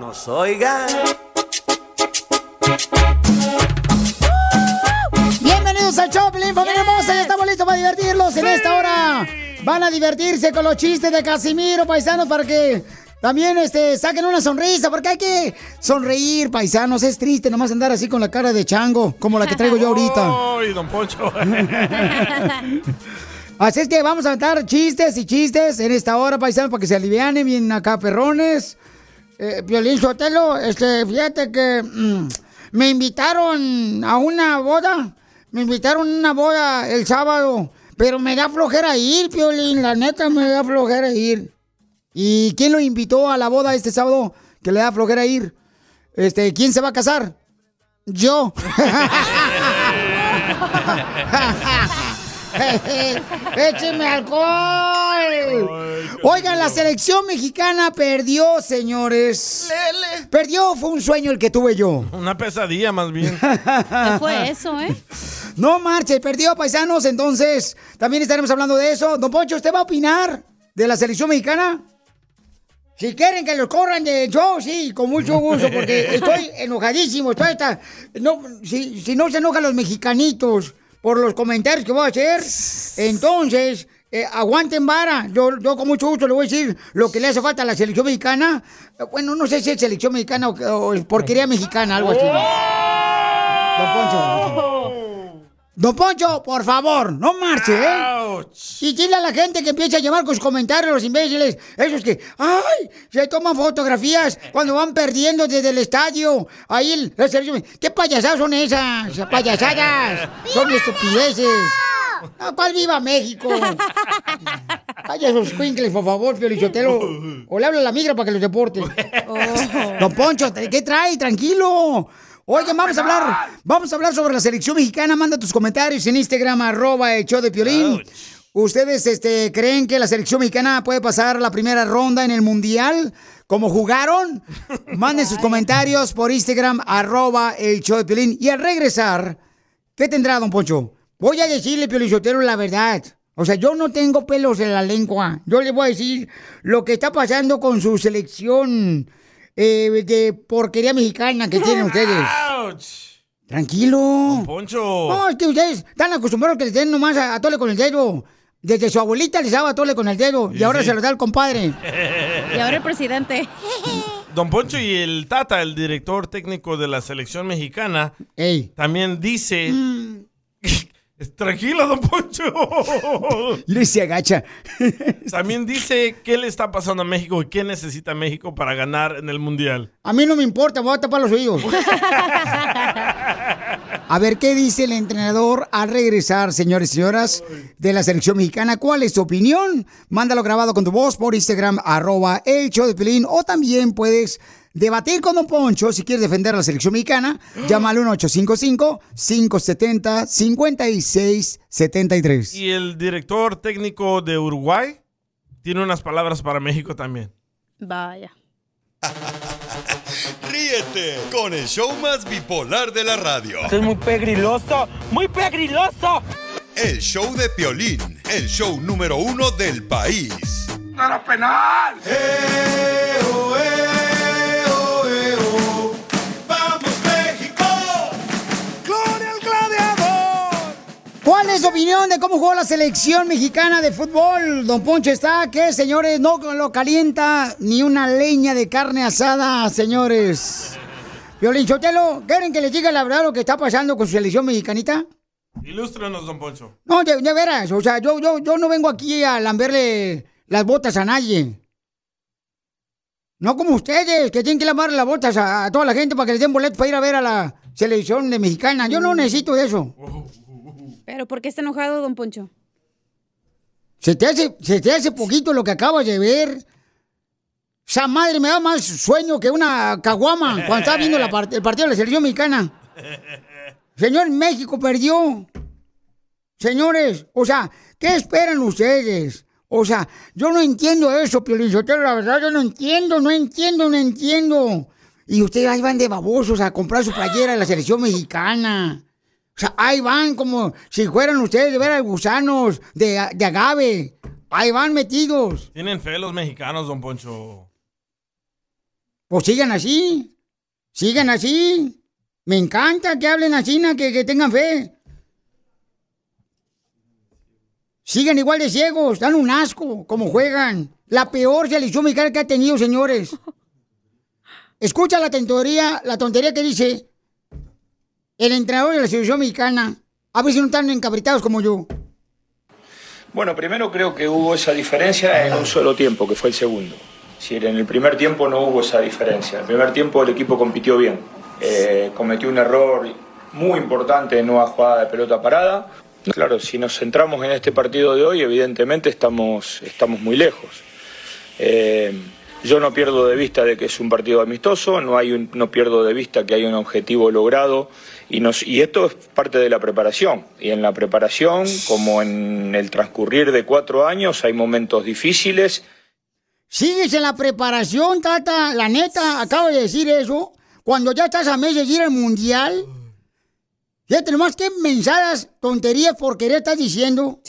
vamos, oigan. Bienvenidos al show, Pelín, familia hermosa. Ya estamos listos para divertirlos en esta hora. Van a divertirse con los chistes de Casimiro, paisanos, para que también saquen una sonrisa, porque hay que sonreír, paisanos. Es triste nomás andar así con la cara de chango, como la que traigo yo ahorita. ¡Ay, don Poncho! Así es que vamos a dar chistes y chistes en esta hora, paisanos, para que se alivianen bien acá, perrones. Piolín Sotelo, fíjate que me invitaron a una boda. Me invitaron a una boda el sábado, pero me da flojera ir, Piolín. La neta me da flojera ir. ¿Y quién lo invitó a la boda este sábado que le da flojera ir? ¿Quién se va a casar? Yo. ¡Écheme alcohol! Oigan, la selección mexicana perdió, señores. Perdió, fue un sueño el que tuve yo. Una pesadilla, más bien. ¿Qué fue eso, No marche, perdió, paisanos. Entonces, también estaremos hablando de eso. Don Poncho, ¿usted va a opinar de la selección mexicana? Si quieren que los corran de show, sí, con mucho gusto, porque estoy enojadísimo. Si no se enojan los mexicanitos por los comentarios que voy a hacer, entonces, aguanten vara. Yo con mucho gusto le voy a decir lo que le hace falta a la selección mexicana. Bueno, no sé si es selección mexicana o porquería mexicana, algo así. Don Poncho. Don Poncho, por favor, no marche, Y dile a la gente que empiece a llamar con sus comentarios, los imbéciles, esos que, se toman fotografías cuando van perdiendo desde el estadio. Ahí, ¿qué payasadas son esas? Payasadas. Son estupideces. No, ¿cuál viva México? Calla esos cuincles, por favor, Piolichotelo. O le hablo a la migra para que los deporte. Don Poncho, ¿qué trae? Tranquilo. Oye, vamos a hablar sobre la selección mexicana. Manda tus comentarios en Instagram, @el show de Piolín. ¿Ustedes creen que la selección mexicana puede pasar la primera ronda en el Mundial? ¿Cómo jugaron? Manden sus comentarios por Instagram, @el show de Piolín. Y al regresar, ¿qué tendrá, don Poncho? Voy a decirle, Piolichotelo, la verdad. O sea, yo no tengo pelos en la lengua. Yo le voy a decir lo que está pasando con su selección de porquería mexicana que tienen ustedes. ¡Auch! Tranquilo. Don Poncho. No, es que ustedes están acostumbrados que les den nomás a tole con el dedo. Desde su abuelita les daba tole con el dedo. Y ahora se lo da el compadre. Y ahora el presidente. Don Poncho y el Tata, el director técnico de la selección mexicana, también dice... Tranquilo, don Poncho. Y se agacha. También dice qué le está pasando a México y qué necesita México para ganar en el Mundial. A mí no me importa, me voy a tapar los oídos. A ver, ¿qué dice el entrenador al regresar, señores y señoras, de la selección mexicana? ¿Cuál es tu opinión? Mándalo grabado con tu voz por Instagram, @el show de Piolín, o también puedes debatir con don Poncho si quieres defender a la selección mexicana. Llama al 1-855-570-5673. Y el director técnico de Uruguay tiene unas palabras para México también. Vaya. Ríete con el show más bipolar de la radio. Esto es muy pegriloso, muy pegriloso. El show de Piolín, el show número 1 del país. ¡Para penal! ¿Cuál es su opinión de cómo jugó la selección mexicana de fútbol? Don Poncho está que, señores, no lo calienta ni una leña de carne asada, señores. Piolichotelo, ¿quieren que les diga la verdad lo que está pasando con su selección mexicanita? Ilústrenos, don Poncho. No, de veras, o sea, yo no vengo aquí a lamberle las botas a nadie. No como ustedes, que tienen que lavarle las botas a toda la gente para que les den boletos para ir a ver a la selección de mexicana. Yo no necesito de eso. ¿Pero por qué está enojado, don Poncho? Se te hace poquito lo que acabas de ver. Esa madre me da más sueño que una caguama cuando estaba viendo el partido de la selección mexicana. Señor, México perdió. Señores, o sea, ¿qué esperan ustedes? O sea, yo no entiendo eso, Piolichotelo, la verdad, yo no entiendo. Y ustedes ahí van de babosos a comprar su playera de la selección mexicana. O sea, ahí van como si fueran ustedes de ver gusanos de agave. Ahí van metidos. Tienen fe los mexicanos, don Poncho. Pues sigan así. Sigan así. Me encanta que hablen así, que tengan fe. Sigan igual de ciegos, dan un asco como juegan. La peor selección mexicana que ha tenido, señores. Escucha la tontería que dice el entrenador de la selección mexicana. A ver si no están encabritados como yo. Bueno, primero creo que hubo esa diferencia en un solo tiempo, que fue el segundo. Si en el primer tiempo no hubo esa diferencia. En el primer tiempo el equipo compitió bien. Cometió un error muy importante en una jugada de pelota parada. Claro, si nos centramos en este partido de hoy, evidentemente estamos muy lejos. Yo no pierdo de vista de que es un partido amistoso, no pierdo de vista que hay un objetivo logrado y esto es parte de la preparación. Y en la preparación, como en el transcurrir de 4 años, hay momentos difíciles. Sigues en la preparación, Tata, la neta, acabo de decir eso, cuando ya estás a meses de ir al Mundial. Fíjate nomás qué mensadas, tonterías, porquerías estás diciendo.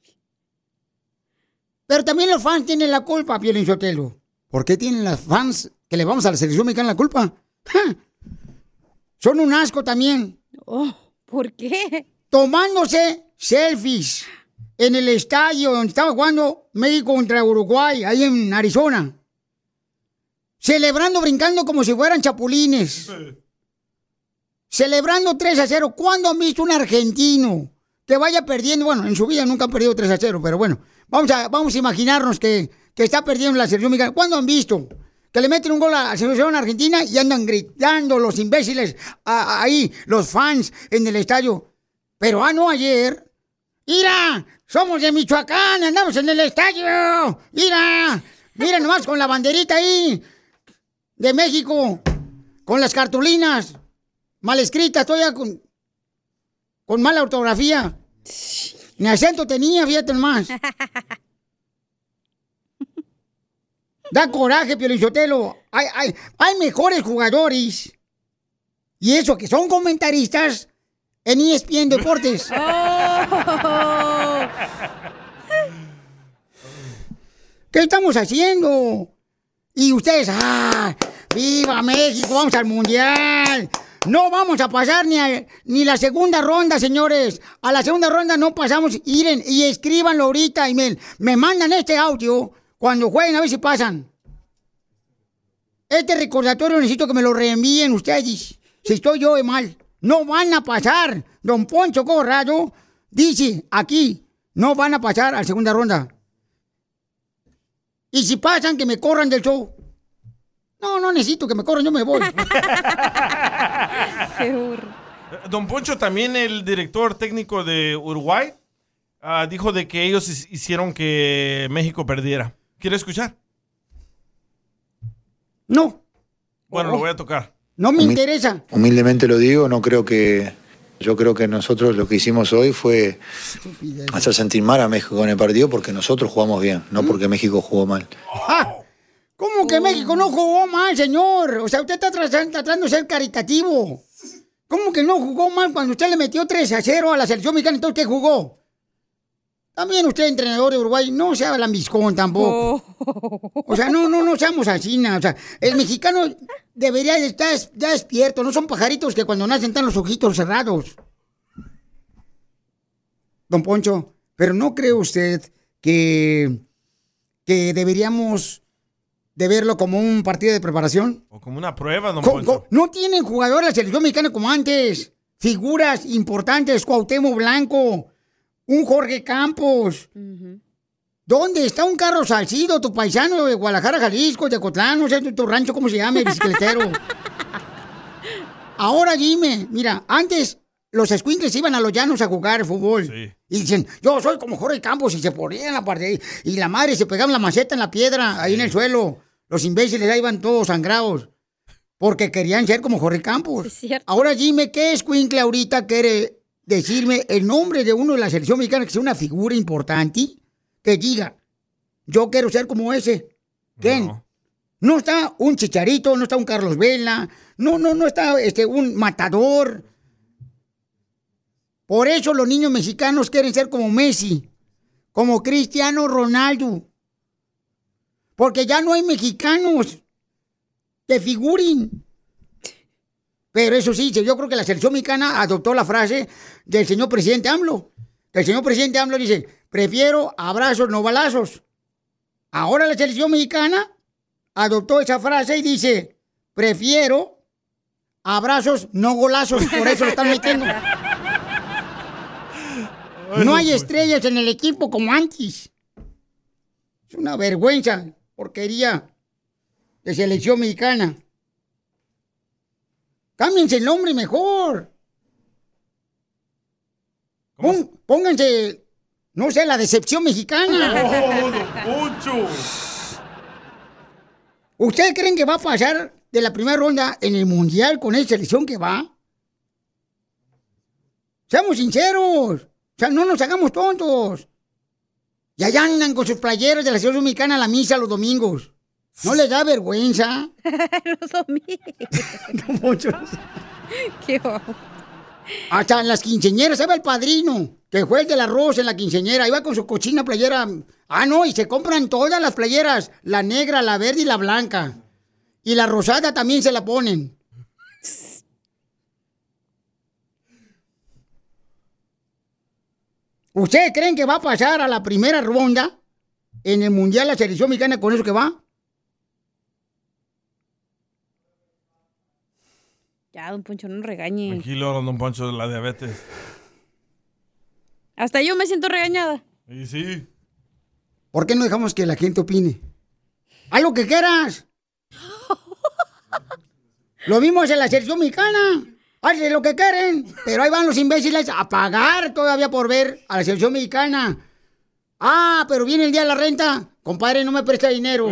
Pero también los fans tienen la culpa, Piolín Sotelo. ¿Por qué tienen los fans que le vamos a la selección mexicana la culpa? ¡Ja! Son un asco también. Oh, ¿por qué? Tomándose selfies en el estadio donde estaba jugando México contra Uruguay, ahí en Arizona. Celebrando, brincando como si fueran chapulines. Celebrando 3-0. ¿Cuándo han visto un argentino que vaya perdiendo? Bueno, en su vida nunca han perdido 3-0, pero bueno, vamos a imaginarnos que está perdiendo la selección mexicana. ¿Cuándo han visto que le meten un gol a la selección argentina y andan gritando los imbéciles ahí, los fans en el estadio? Pero no, ayer. ¡Mira! ¡Somos de Michoacán! ¡Andamos en el estadio! ¡Mira! ¡Mira nomás con la banderita ahí de México! Con las cartulinas mal escritas, todavía con mala ortografía. Ni acento tenía, fíjate nomás. Da coraje, Piolín Sotelo. Hay mejores jugadores. Y eso que son comentaristas en ESPN Deportes. Oh. ¿Qué estamos haciendo? Y ustedes, ¡viva México! ¡Vamos al Mundial! No vamos a pasar ni la segunda ronda, señores. A la segunda ronda no pasamos. Iren y escríbanlo ahorita y me mandan este audio cuando jueguen, a ver si pasan. Este recordatorio necesito que me lo reenvíen ustedes. Si estoy yo de mal. No van a pasar. Don Poncho Corrado dice aquí, no van a pasar a la segunda ronda. Y si pasan, que me corran del show. No necesito que me corran, yo me voy. Don Poncho, también el director técnico de Uruguay dijo de que ellos hicieron que México perdiera. ¿Quiere escuchar? No. Bueno, lo voy a tocar. No me interesa. Humildemente lo digo, yo creo que nosotros lo que hicimos hoy fue hacer sentir mal a México en el partido porque nosotros jugamos bien, no porque México jugó mal. ¿Cómo que México no jugó mal, señor? O sea, usted está tratando de ser caritativo. ¿Cómo que no jugó mal cuando usted le metió 3-0 a la selección mexicana? Entonces, ¿qué jugó? También usted, entrenador de Uruguay, no sea lambiscón tampoco. O sea, no seamos así, o sea, el mexicano debería estar ya despierto. No son pajaritos que cuando nacen están los ojitos cerrados. Don Poncho, ¿pero no cree usted que deberíamos de verlo como un partido de preparación? O como una prueba, don Poncho. No tienen jugadores la selección mexicana como antes. Figuras importantes, Cuauhtémoc Blanco, un Jorge Campos. ¿Dónde está un Carlos Salcido, tu paisano de Guadalajara, Jalisco, de Cotlán, no sé tu rancho cómo se llama, bicicletero? Ahora dime, mira, antes los escuincles iban a los llanos a jugar fútbol. Sí. Y dicen, yo soy como Jorge Campos, y se ponían la parte ahí. Y la madre se pegaban la maceta en la piedra, ahí en el suelo. Los imbéciles ahí iban todos sangrados. Porque querían ser como Jorge Campos. Es cierto. Ahora dime, ¿qué escuincle ahorita quiere decirme el nombre de uno de la selección mexicana que sea una figura importante? Que diga, yo quiero ser como ese. ¿Quién? No está un Chicharito, no está un Carlos Vela, no está un Matador. Por eso los niños mexicanos quieren ser como Messi, como Cristiano Ronaldo. Porque ya no hay mexicanos. que figuren. Pero eso sí, yo creo que la selección mexicana adoptó la frase del señor presidente AMLO. El señor presidente AMLO dice, prefiero abrazos, no balazos. Ahora la selección mexicana adoptó esa frase y dice, prefiero abrazos, no golazos. Por eso lo están metiendo. No hay estrellas en el equipo como antes. Es una vergüenza, porquería de selección mexicana. Cámbiense el nombre mejor. Pónganse, no sé, la decepción mexicana. ¡Oh, don Poncho! ¿Ustedes creen que va a pasar de la primera ronda en el Mundial con esa selección que va? Seamos sinceros. O sea, no nos hagamos tontos. Y allá andan con sus playeras de la selección mexicana a la misa los domingos. ¿No les da vergüenza? Los domingos. Qué guapo. Hasta en las quinceañeras, ¿sabe el padrino? Que fue el del arroz en la quinceañera. Iba con su cochina playera. Ah, no, y se compran todas las playeras. La negra, la verde y la blanca. Y la rosada también se la ponen. ¿Ustedes creen que va a pasar a la primera ronda en el Mundial la selección mexicana con eso que va? Ya, don Poncho, no regañe. Tranquilo, don Poncho, la diabetes. Hasta yo me siento regañada. Y sí. ¿Por qué no dejamos que la gente opine? ¡Haz lo que quieras! Lo mismo es en la selección mexicana. Hacen lo que quieren. Pero ahí van los imbéciles a pagar todavía por ver a la selección mexicana. Ah, pero viene el día de la renta. Compadre, no me presta dinero.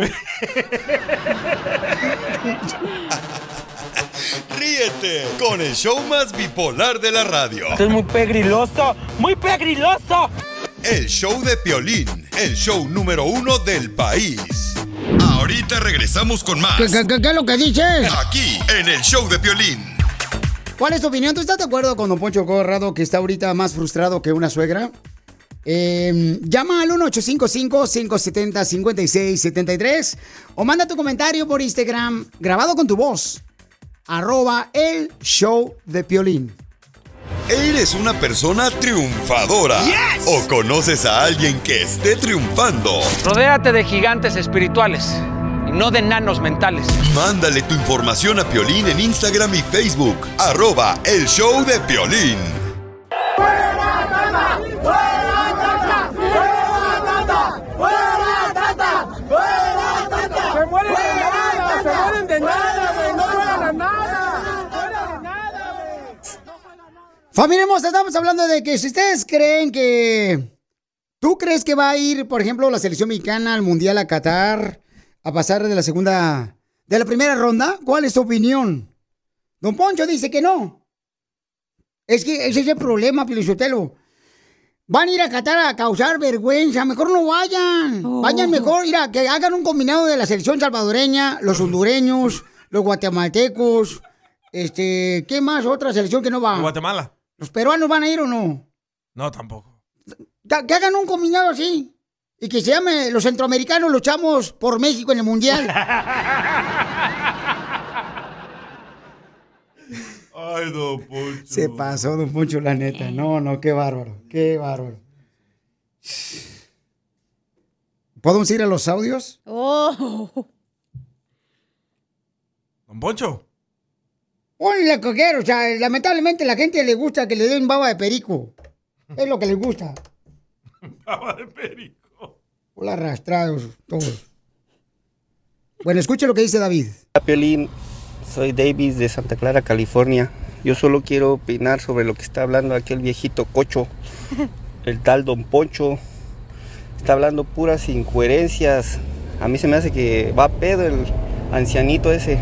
Ríete con el show más bipolar de la radio. Esto es muy pegriloso, muy pegriloso. El show de Piolín, el show número 1 del país. Ahorita regresamos con más. ¿Qué es lo que dices? Aquí, en el show de Piolín. ¿Cuál es tu opinión? ¿Tú estás de acuerdo con don Poncho Corrado, que está ahorita más frustrado que una suegra? Llama al 1-855-570-5673 o manda tu comentario por Instagram grabado con tu voz. @el show de Piolín. ¿Eres una persona triunfadora? Yes. ¿O conoces a alguien que esté triunfando? Rodéate de gigantes espirituales y no de enanos mentales. Mándale tu información a Piolín en Instagram y Facebook. @el show de Piolín. Se mueren de nada, güey. No juegan a nada. Familia hermosa, estamos hablando de que si ustedes creen que... ¿Tú crees que va a ir, por ejemplo, la selección mexicana al Mundial a Qatar a pasar de la primera ronda? ¿Cuál es tu opinión? Don Poncho dice que no. Es que ese es el problema, Piolichotelo. Van a ir a Qatar a causar vergüenza. Mejor no vayan. Vayan mejor, mira, que hagan un combinado de la selección salvadoreña, los hondureños, los guatemaltecos. ¿Qué más? Otra selección que no va. Guatemala. ¿Los peruanos van a ir o no? No, tampoco. Que hagan un combinado así. Y que se llame los centroamericanos luchamos por México en el Mundial. Ay, don Poncho. Se pasó, don Poncho, la neta. No, qué bárbaro. Qué bárbaro. ¿Podemos ir a los audios? Oh. Don Poncho. Ponle coquero, o sea, lamentablemente a la gente le gusta que le den baba de perico. Es lo que les gusta. Baba de perico. Hola, arrastrados todos. Bueno, escuche lo que dice David. Hola, Piolín. Soy Davis de Santa Clara, California. Yo solo quiero opinar sobre lo que está hablando aquel viejito cocho, el tal Don Poncho. Está hablando puras incoherencias. A mí se me hace que va pedo el ancianito ese.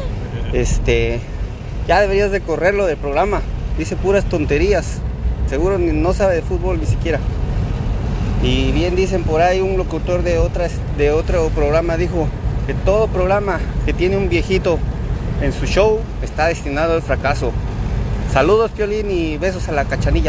Ya deberías de correrlo del programa. Dice puras tonterías. Seguro no sabe de fútbol ni siquiera. Y bien dicen por ahí, un locutor de otro programa dijo que todo programa que tiene un viejito en su show está destinado al fracaso. Saludos, Piolín, y besos a la Cachanilla.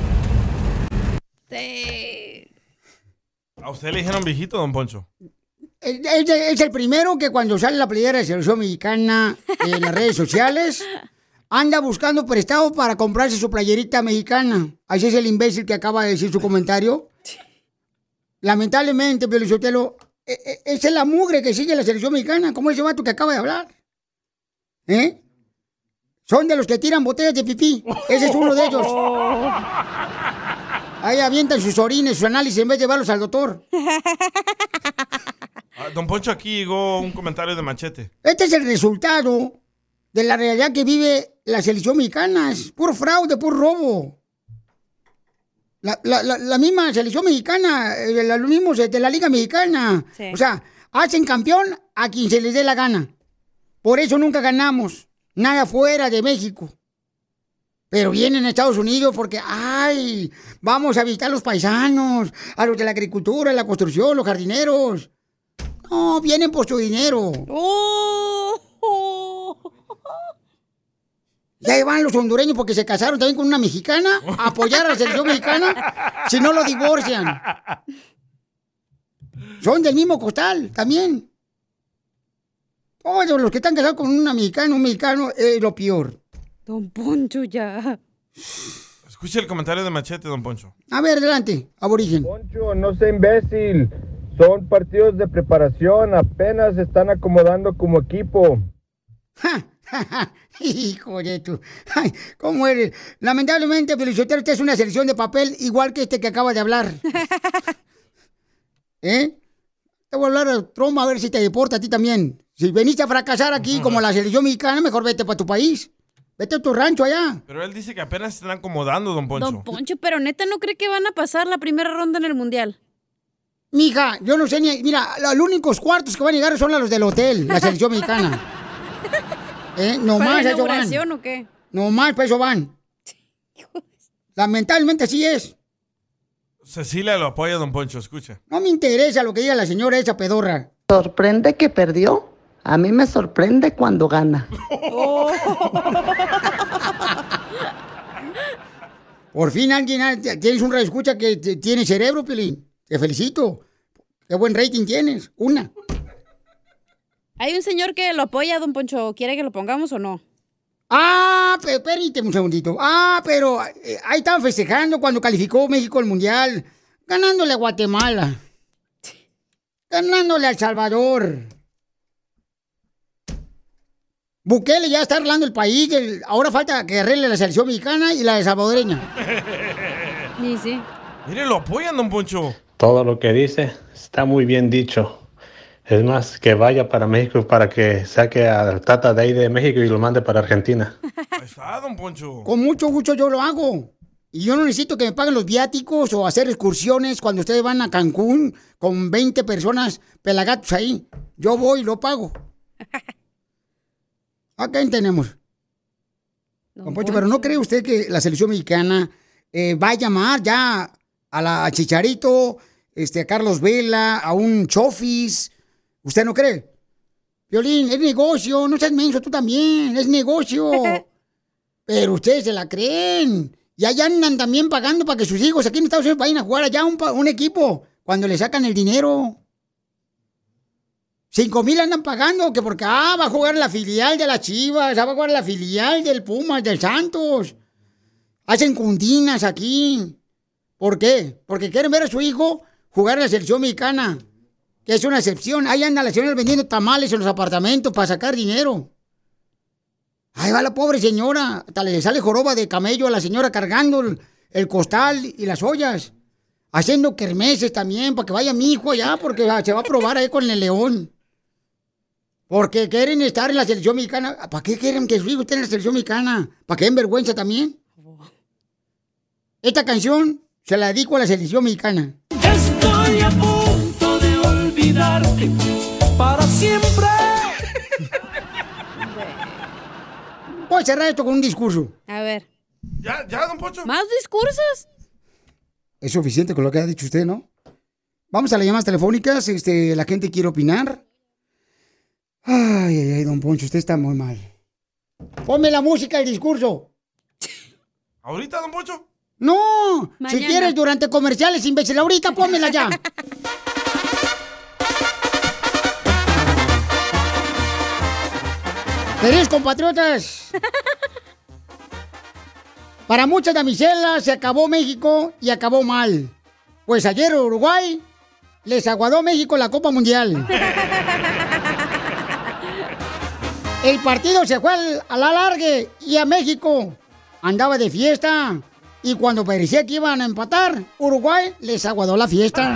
Sí. ¿A usted le dijeron viejito, don Poncho? es el primero que cuando sale la playera de selección mexicana en las redes sociales, anda buscando prestado para comprarse su playerita mexicana. Así es el imbécil que acaba de decir su comentario. Lamentablemente, Pio Lizotelo, esa es la mugre que sigue la selección mexicana, como ese vato que acaba de hablar. Son de los que tiran botellas de pipí. Ese es uno de ellos. Ahí avientan sus orines, sus análisis, en vez de llevarlos al doctor. Don Poncho, aquí llegó un comentario de Machete. Este es el resultado de la realidad que vive la selección mexicana. Es puro fraude, puro robo. La misma selección mexicana, los mismos de la Liga Mexicana. Sí. O sea, hacen campeón a quien se les dé la gana. Por eso nunca ganamos nada fuera de México. Pero vienen a Estados Unidos porque, ay, vamos a visitar a los paisanos, a los de la agricultura, la construcción, los jardineros. No, vienen por su dinero. Ya van los hondureños porque se casaron también con una mexicana a apoyar a la selección mexicana si no lo divorcian. Son del mismo costal también. Todos los que están casados con un mexicano es lo peor. Don Poncho, ya. Escuche el comentario de Machete, Don Poncho. A ver, adelante, aborigen. Poncho, no sea imbécil. Son partidos de preparación. Apenas se están acomodando como equipo. Hijo de tu... Ay, ¿cómo eres? Lamentablemente, Felicitero, usted es una selección de papel igual que este que acaba de hablar. Te voy a hablar a Trump a ver si te deporta a ti también. Si veniste a fracasar aquí como la selección mexicana, mejor vete para tu país. Vete a tu rancho allá. Pero él dice que apenas se están acomodando, Don Poncho. Don Poncho, pero neta, ¿no cree que van a pasar la primera ronda en el Mundial? Mija, yo no sé ni... Mira, los únicos cuartos que van a llegar son los del hotel, la selección mexicana. Nomás ¿Para eso van. inauguración o qué? Nomás para eso van. Lamentablemente así es. Cecilia lo apoya, Don Poncho, escucha. No me interesa lo que diga la señora esa pedorra. ¿Sorprende que perdió? A mí me sorprende cuando gana. Por fin alguien, tienes un radioescucha que tiene cerebro, Pelín. Te felicito. Qué buen rating tienes. Una. Hay un señor que lo apoya, Don Poncho. ¿Quiere que lo pongamos o no? Permíteme un segundito. Pero ahí estaban festejando cuando calificó México al Mundial. Ganándole a Guatemala. Ganándole a El Salvador. Bukele ya está arreglando el país. Ahora falta que arregle la selección mexicana y la de salvadoreña. Sí. Mire, lo apoyan, Don Poncho. Todo lo que dice está muy bien dicho. Es más, que vaya para México para que saque al Tata de ahí de México y lo mande para Argentina. Ahí está, Don Poncho. Con mucho gusto yo lo hago. Y yo no necesito que me paguen los viáticos o hacer excursiones cuando ustedes van a Cancún con 20 personas pelagatos ahí. Yo voy y lo pago. ¿A quién tenemos? Don Poncho, pero ¿no cree usted que la selección mexicana va a llamar ya a Chicharito, a Carlos Vela, a un Chofis? ¿Usted no cree? Violín, es negocio, no seas menso tú también, es negocio. Pero ustedes se la creen. Y allá andan también pagando para que sus hijos aquí en Estados Unidos vayan a jugar allá un equipo cuando le sacan el dinero. 5,000 andan pagando que porque va a jugar la filial de las Chivas, va a jugar la filial del Pumas, del Santos. Hacen cundinas aquí. ¿Por qué? Porque quieren ver a su hijo jugar en la selección mexicana, que es una excepción. Ahí andan las señoras vendiendo tamales en los apartamentos para sacar dinero. Ahí va la pobre señora, hasta le sale joroba de camello a la señora cargando el costal y las ollas. Haciendo kermeses también, para que vaya mi hijo allá, porque se va a probar ahí con el León. Porque quieren estar en la selección mexicana. ¿Para qué quieren que su hijo esté en la selección mexicana? ¿Para que den vergüenza también? Esta canción se la dedico a la selección mexicana. Estoy a punto de olvidarte para siempre. Voy a cerrar esto con un discurso. A ver. ¿Ya, Don Poncho? ¿Más discursos? Es suficiente con lo que ha dicho usted, ¿no? Vamos a las llamadas telefónicas. La gente quiere opinar. Ay, Don Poncho, usted está muy mal. Ponme la música del discurso. ¿Ahorita, Don Poncho? No, Mañana. Si quieres durante comerciales, imbécil. Ahorita pónmela ya. Queridos compatriotas, para muchas damiselas se acabó México y acabó mal. Pues ayer Uruguay les aguadó México la Copa Mundial. El partido se fue a la largue y a México andaba de fiesta. Y cuando parecía que iban a empatar, Uruguay les aguadó la fiesta.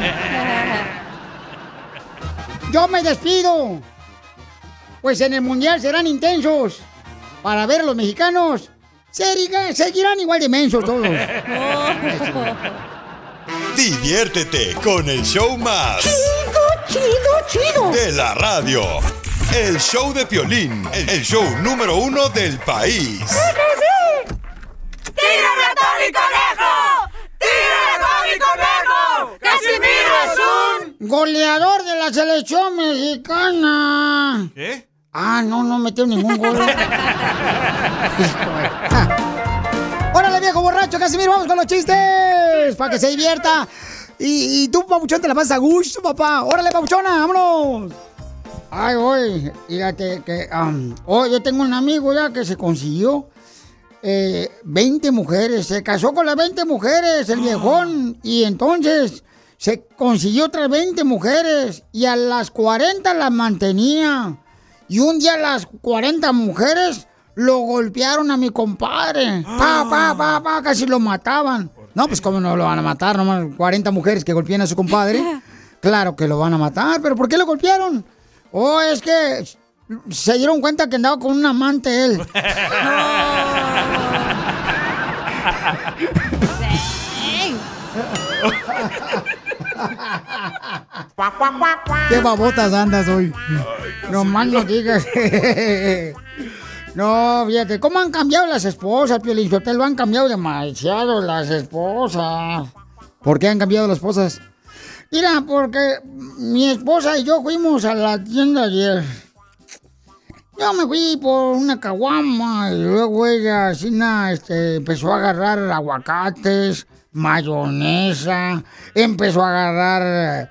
Yo me despido. Pues en el Mundial serán intensos. Para ver a los mexicanos, seguirán igual de mensos todos. Diviértete con el show más... Chido. De la radio. El show de Piolín. El show número 1 del país. ¡Tírame a Tony Conejo! ¡Tírame a Tony Conejo! ¡Casimiro es un goleador de la selección mexicana! ¿Qué? No metió ningún gol. ¡Órale, viejo borracho, Casimiro! ¡Vamos con los chistes! ¡Para que se divierta! Y tú, papuchón, te la pasas a gusto, papá. ¡Órale, papuchona! ¡Vámonos! Ay, hoy, fíjate que... yo tengo un amigo ya que se consiguió 20 mujeres. Se casó con las 20 mujeres, el viejón. Y entonces se consiguió otras 20 mujeres. Y a las 40 las mantenía. Y un día las 40 mujeres lo golpearon a mi compadre. Casi lo mataban. No, pues cómo no lo van a matar, nomás 40 mujeres que golpean a su compadre. Claro que lo van a matar, pero ¿por qué lo golpearon? Es que se dieron cuenta que andaba con un amante él. Qué babotas andas hoy. No más no digas. No, fíjate, ¿cómo han cambiado las esposas, Piolín Sotelo? Han cambiado demasiado las esposas. ¿Por qué han cambiado las esposas? Mira, porque mi esposa y yo fuimos a la tienda ayer. Yo me fui por una caguama y luego ella así empezó a agarrar aguacates, mayonesa, empezó a agarrar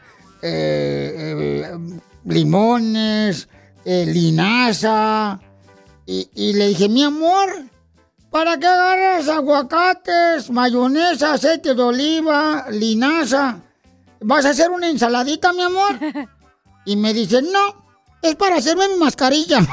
limones, linaza. Y le dije, mi amor, ¿para qué agarras aguacates, mayonesa, aceite de oliva, linaza? ¿Vas a hacer una ensaladita, mi amor? Y me dice, no, es para hacerme mi mascarilla.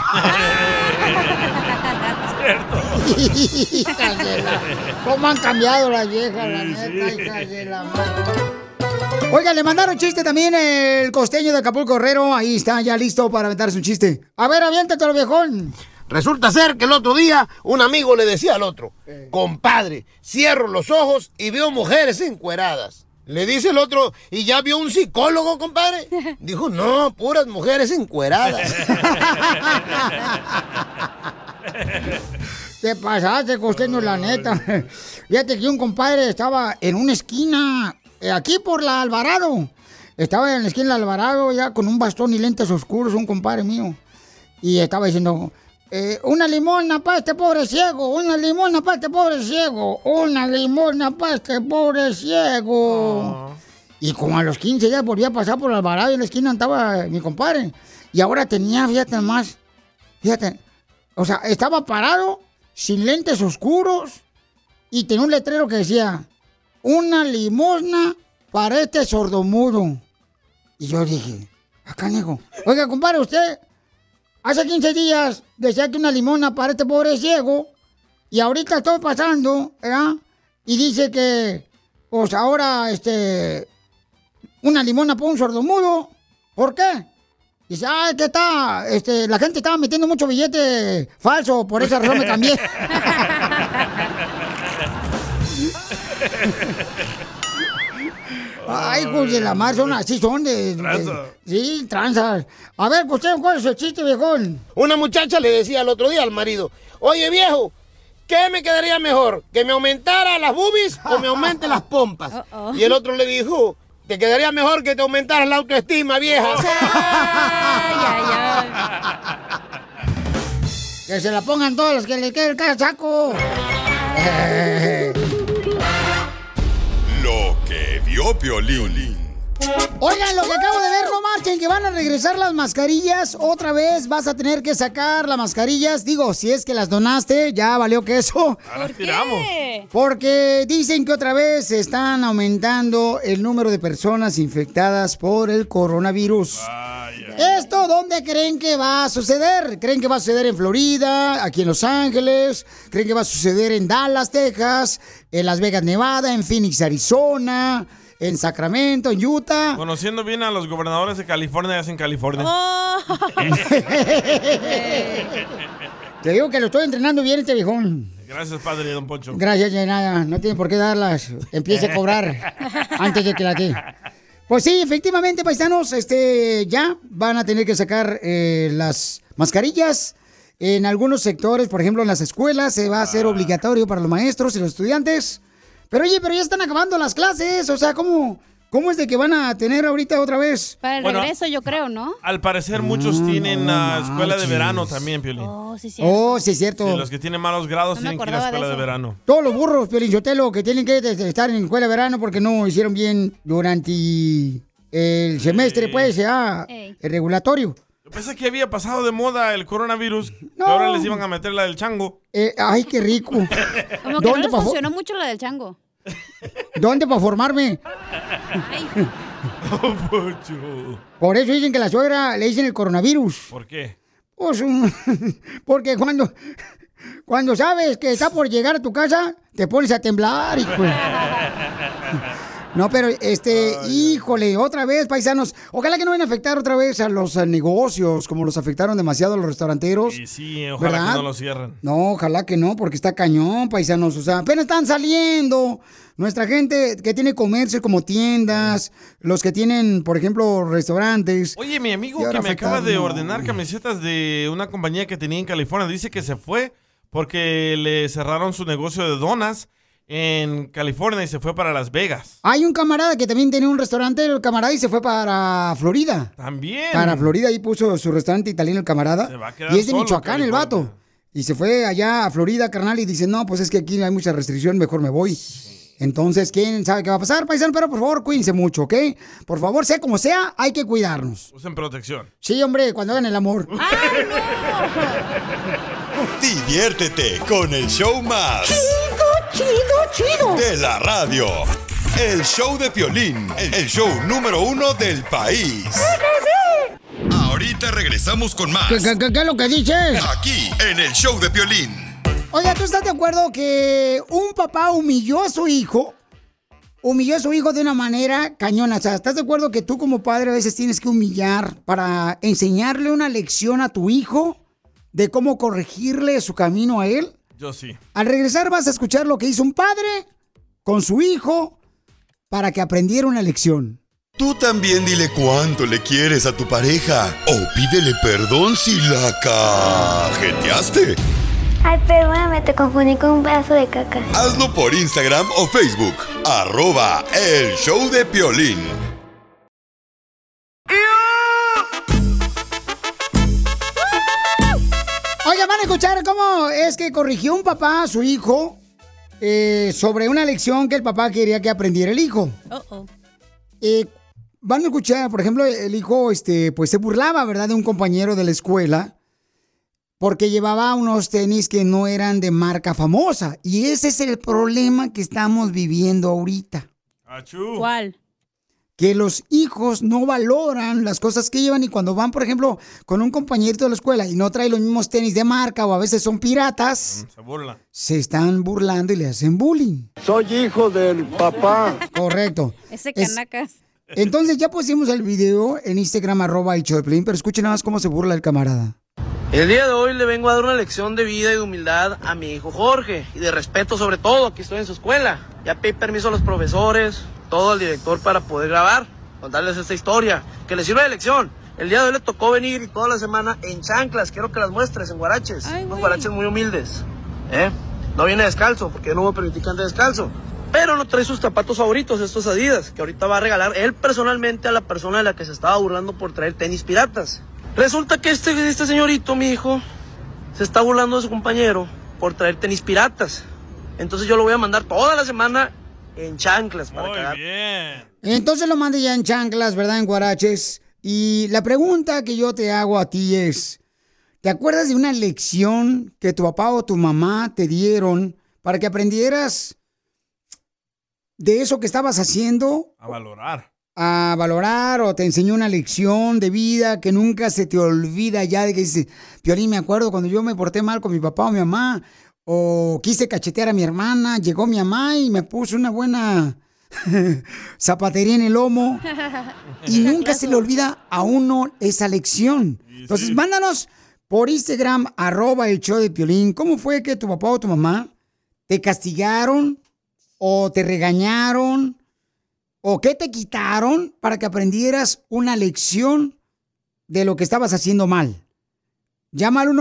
¿Cómo han cambiado las viejas, la neta, hijas de la madre? Oiga, le mandaron chiste también el costeño de Acapulco Guerrero. Ahí está, ya listo para aventarse un chiste. A ver, aviéntatelo, viejón. Resulta ser que el otro día un amigo le decía al otro, compadre, cierro los ojos y veo mujeres encueradas. Le dice el otro, ¿y ya vio un psicólogo, compadre? Dijo, no, puras mujeres encueradas. Te pasaste, costeño, la neta. Fíjate que un compadre estaba en una esquina, aquí por la Alvarado. Estaba en la esquina de Alvarado ya con un bastón y lentes oscuros, un compadre mío. Y estaba diciendo... una limona para este pobre ciego, una limona para este pobre ciego, una limona para este pobre ciego. Y como a los 15 días volví a pasar por el Alvarado y en la esquina andaba mi compadre. Y ahora tenía, fíjate, o sea, estaba parado, sin lentes oscuros, y tenía un letrero que decía, una limosna para este sordomudo. Y yo dije, acá, nego, oiga, compadre, usted... Hace 15 días decía que una limona para este pobre ciego y ahorita estoy pasando, ¿verdad? Y dice que, pues ahora, una limona para un sordomudo. ¿Por qué? Dice, es que la gente estaba metiendo mucho billete falso, por esa razón me cambié. Ay, hijos de la mar, así son sí, tranzas. A ver, ¿cuál es el chiste, viejón? Una muchacha le decía el otro día al marido, oye, viejo, ¿qué me quedaría mejor? ¿Que me aumentara las boobies o me aumente las pompas? Y el otro le dijo, te quedaría mejor que te aumentaras la autoestima, vieja. Que se la pongan todos los que le quede el casaco. Lo que vio Piolín. Oigan, lo que acabo de ver, no marchen, que van a regresar las mascarillas. Otra vez vas a tener que sacar las mascarillas. Digo, si es que las donaste, ya valió queso. Ahora tiramos. Porque dicen que otra vez están aumentando el número de personas infectadas por el coronavirus. ¿Esto dónde creen que va a suceder? ¿Creen que va a suceder en Florida, aquí en Los Ángeles? ¿Creen que va a suceder en Dallas, Texas, en Las Vegas, Nevada, en Phoenix, Arizona, en Sacramento, en Utah? Conociendo bien a los gobernadores de California, es en California. Te digo que lo estoy entrenando bien este viejón. Gracias, padre Don Poncho. Gracias, de nada. No tiene por qué darlas. Empiece a cobrar antes de que la dé. Pues sí, efectivamente, paisanos, ya van a tener que sacar las mascarillas. En algunos sectores, por ejemplo, en las escuelas, se va a hacer obligatorio para los maestros y los estudiantes. Pero oye, pero ya están acabando las clases. O sea, ¿cómo es de que van a tener ahorita otra vez? Para el regreso, yo creo, ¿no? Al parecer muchos tienen escuela de verano también, Piolín. Sí, cierto. Sí, es cierto. Sí, los que tienen malos grados tienen que ir a escuela de verano. Todos los burros, Piolín Sotelo, que tienen que estar en escuela de verano porque no hicieron bien durante el semestre, pues, ya, el regulatorio. Yo pensé que había pasado de moda el coronavirus, que ahora les iban a meter la del chango. Ay, qué rico. Como que no les funcionó mucho la del chango. ¿Dónde para formarme? Por eso dicen que la suegra le dicen el coronavirus. ¿Por qué? Pues, porque cuando sabes que está por llegar a tu casa, te pones a temblar, hijo. No, pero híjole, otra vez, paisanos. Ojalá que no vayan a afectar otra vez a los negocios, como los afectaron demasiado a los restauranteros. Sí, ojalá ¿verdad? que no lo cierren. No, ojalá que no, porque está cañón, paisanos. O sea, apenas están saliendo. Nuestra gente que tiene comercio como tiendas, los que tienen, por ejemplo, restaurantes. Oye, mi amigo que me acaba de ordenar camisetas de una compañía que tenía en California, dice que se fue porque le cerraron su negocio de donas en California y se fue para Las Vegas. Hay un camarada que también tenía un restaurante, el camarada, y se fue para Florida. También. Para Florida, ahí puso su restaurante italiano el camarada. Se va a quedar Y es de solo, Michoacán el vato. Y se fue allá a Florida, carnal, y dice, no, pues es que aquí hay mucha restricción, mejor me voy. Entonces, ¿quién sabe qué va a pasar, paisano? Pero por favor, cuídense mucho, ¿ok? Por favor, sea como sea, hay que cuidarnos. Usen protección. Sí, hombre, cuando hagan el amor. Diviértete con el show más Chido de la radio. El show de Piolín, el show número 1 del país. Ahorita regresamos con más. ¿Qué es lo que dices? Aquí, en el show de Piolín. Oiga, ¿tú estás de acuerdo que un papá humilló a su hijo? Humilló a su hijo de una manera cañona. O sea, ¿estás de acuerdo que tú como padre a veces tienes que humillar para enseñarle una lección a tu hijo de cómo corregirle su camino a él? Yo sí. Al regresar vas a escuchar lo que hizo un padre con su hijo para que aprendiera una lección. Tú también dile cuánto le quieres a tu pareja o pídele perdón si la cajeteaste. Ay, perdóname, te confundí con un pedazo de caca. Hazlo por Instagram o Facebook. @El Show de Piolín. Oiga, van a escuchar cómo es que corrigió un papá a su hijo sobre una lección que el papá quería que aprendiera el hijo. Van a escuchar, por ejemplo, el hijo pues se burlaba, ¿verdad?, de un compañero de la escuela porque llevaba unos tenis que no eran de marca famosa. Y ese es el problema que estamos viviendo ahorita. ¿Cuál? Que los hijos no valoran las cosas que llevan y cuando van, por ejemplo, con un compañerito de la escuela y no trae los mismos tenis de marca o a veces son piratas, Se burla. se están burlando y le hacen bullying. Soy hijo del papá. Correcto. Ese canacas. Entonces ya pusimos el video en Instagram @el show de Piolín, pero escuchen nada más cómo se burla el camarada. El día de hoy le vengo a dar una lección de vida y de humildad a mi hijo Jorge y de respeto sobre todo. Aquí estoy en su escuela. Ya pedí permiso a los profesores, todo al director para poder grabar, contarles esta historia, que les sirva de lección. El día de hoy le tocó venir y toda la semana en chanclas, quiero que las muestres, en guaraches, unos guaraches muy humildes. No viene descalzo, porque yo no voy a permitir que ande descalzo. Pero no trae sus zapatos favoritos, estos Adidas, que ahorita va a regalar él personalmente a la persona de la que se estaba burlando por traer tenis piratas. Resulta que este señorito, mi hijo, se está burlando de su compañero por traer tenis piratas. Entonces yo lo voy a mandar toda la semana en chanclas para Muy cagar. bien. Entonces lo mandé ya en chanclas, ¿verdad? En guaraches. Y la pregunta que yo te hago a ti es, ¿te acuerdas de una lección que tu papá o tu mamá te dieron para que aprendieras de eso que estabas haciendo? A valorar. A valorar, o te enseñó una lección de vida que nunca se te olvida ya, de que dices, Piolín, me acuerdo cuando yo me porté mal con mi papá o mi mamá, o quise cachetear a mi hermana, llegó mi mamá y me puso una buena zapatería en el lomo, y nunca se le olvida a uno esa lección. Entonces, mándanos por Instagram, @el-show-de-Piolín, ¿cómo fue que tu papá o tu mamá te castigaron o te regañaron o qué te quitaron para que aprendieras una lección de lo que estabas haciendo mal? Llama al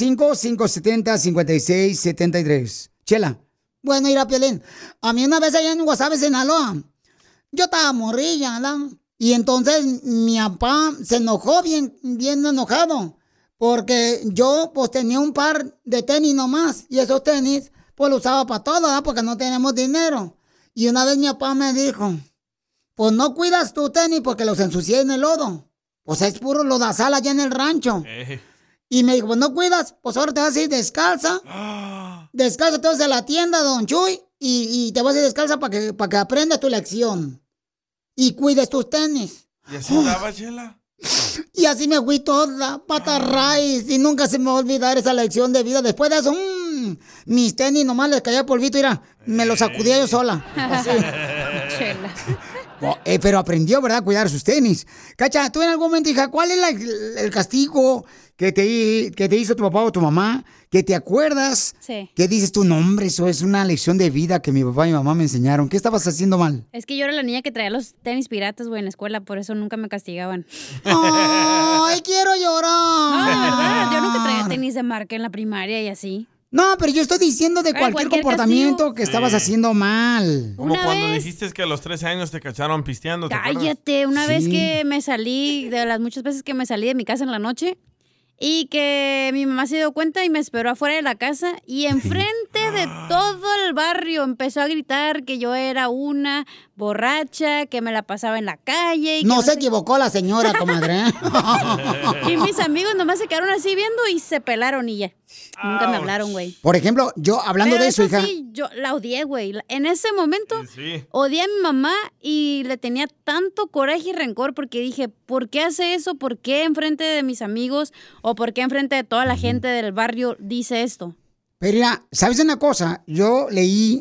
1-855-570-5673. Chela. Bueno, mira, Piolín, a mí una vez allá en Guasave, Sinaloa, yo estaba morrilla, ¿verdad? Y entonces mi papá se enojó bien enojado, porque yo pues tenía un par de tenis nomás, y esos tenis pues los usaba para todo, ¿verdad? Porque no tenemos dinero. Y una vez mi papá me dijo, pues no cuidas tu tenis porque los ensucié en el lodo. Pues es puro lodazal allá en el rancho. Y me dijo, pues no cuidas, pues ahora te vas a ir descalza. Descalza, te vas a la tienda, don Chuy, y te vas a ir descalza para que aprendas tu lección. Y cuides tus tenis. ¿Y así andaba, Chela? Y así me fui toda pata raíz, y nunca se me va a olvidar esa lección de vida. Después de eso, mis tenis nomás les caía polvito, mira, me los sacudía yo sola. Así. Chela. Pero aprendió, ¿verdad?, a cuidar sus tenis. Cacha, tú en algún momento, hija, ¿cuál es el castigo que te hizo tu papá o tu mamá? Que te acuerdas, Sí. que dices tu nombre, eso es una lección de vida que mi papá y mi mamá me enseñaron. ¿Qué estabas haciendo mal? Es que yo era la niña que traía los tenis piratas, güey, en la escuela, por eso nunca me castigaban. ¡Ay, quiero llorar! No, de verdad, yo nunca traía tenis de marca en la primaria y así. No, pero yo estoy diciendo de cualquier comportamiento castigo. que estabas haciendo mal. Como cuando dijiste que a los 13 años te cacharon pisteando. ¿te acuerdas? Cállate, una vez que me salí, de las muchas veces que me salí de mi casa en la noche, y que mi mamá se dio cuenta y me esperó afuera de la casa, y enfrente de todo el barrio empezó a gritar que yo era una borracha, que me la pasaba en la calle. Y No que se equivocó la señora, comadre. Y mis amigos nomás se quedaron así viendo y se pelaron y ya. Nunca me hablaron, güey. Por ejemplo, yo hablando Pero de eso, hija. sí, yo la odié, güey. En ese momento Sí. odié a mi mamá y le tenía tanto coraje y rencor porque dije, ¿por qué hace eso? ¿Por qué enfrente de mis amigos o por qué enfrente de toda la gente del barrio dice esto? Pero mira, ¿sabes una cosa? Yo leí,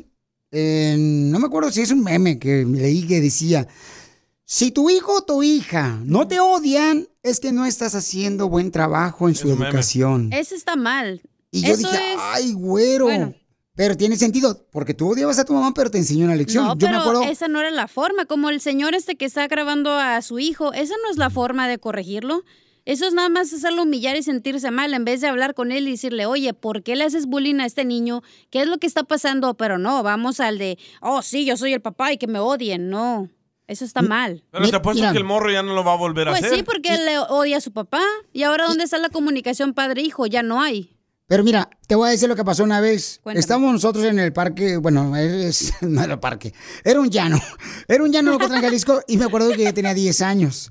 no me acuerdo si es un meme que leí que decía, si tu hijo o tu hija no te odian, es que no estás haciendo buen trabajo en su educación. Eso está mal. Y yo Eso dije, es- ay, güero. Bueno. Pero tiene sentido, porque tú odiabas a tu mamá, pero te enseñó una lección. No, Yo me pero acuerdo. esa no era la forma. Como el señor que está grabando a su hijo, esa no es la forma de corregirlo. Eso es nada más hacerlo humillar y sentirse mal en vez de hablar con él y decirle, oye, ¿por qué le haces bullying a este niño? ¿Qué es lo que está pasando? Pero no, vamos al de, oh, sí, yo soy el papá y que me odien. No, eso está mal. Pero te apuesto que el morro ya no lo va a volver a Pues hacer. sí, porque él le odia a su papá. ¿Y ahora dónde está la comunicación padre-hijo? Ya no hay. Pero mira, te voy a decir lo que pasó una vez. Cuéntame. Estábamos nosotros en el parque, bueno, no era parque, era un llano. Era un llano en Ocotlán, Jalisco, y me acuerdo que yo tenía 10 años.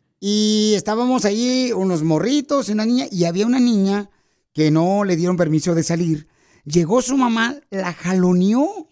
Y estábamos ahí, unos morritos y una niña, y había una niña que no le dieron permiso de salir. Llegó su mamá, la jaloneó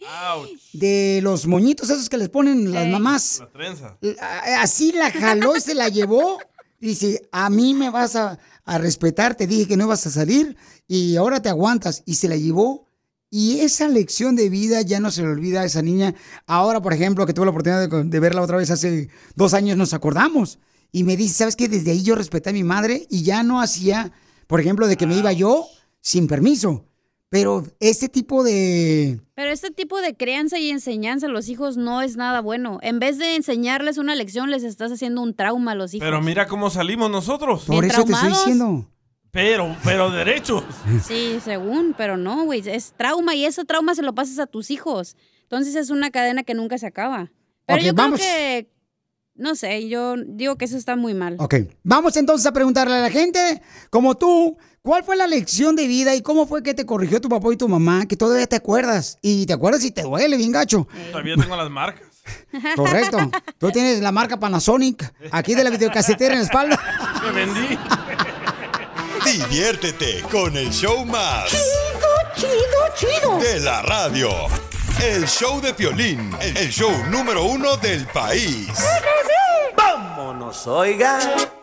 de los moñitos esos que les ponen las mamás. La trenza. Así la jaló y se la llevó. Dice, a mí me vas a respetar, te dije que no ibas a salir y ahora te aguantas. Y se la llevó. Y esa lección de vida ya no se le olvida a esa niña. Ahora, por ejemplo, que tuve la oportunidad de verla otra vez hace 2 años, nos acordamos. Y me dice, ¿sabes qué? Desde ahí yo respeté a mi madre y ya no hacía, por ejemplo, de que me iba yo sin permiso. Pero este tipo de... Pero este tipo de crianza y enseñanza a los hijos no es nada bueno. En vez de enseñarles una lección, les estás haciendo un trauma a los hijos. Pero mira cómo salimos nosotros. Por eso te estoy diciendo. Pero derechos. Sí, según, pero no, güey. Es trauma y ese trauma se lo pasas a tus hijos. Entonces es una cadena que nunca se acaba. Pero Ok, yo vamos. creo que, no sé, yo digo que eso está muy mal. Ok, vamos entonces a preguntarle a la gente, como tú, ¿cuál fue la lección de vida y cómo fue que te corrigió tu papá y tu mamá, que todavía te acuerdas? Y te acuerdas y te duele bien gacho. Todavía tengo las marcas. Correcto. Tú tienes la marca Panasonic aquí de la videocasetera en la espalda. Me vendí. Diviértete con el show más Chido. de la radio. El show de Piolín, el show número 1 del país. Vámonos, oiga.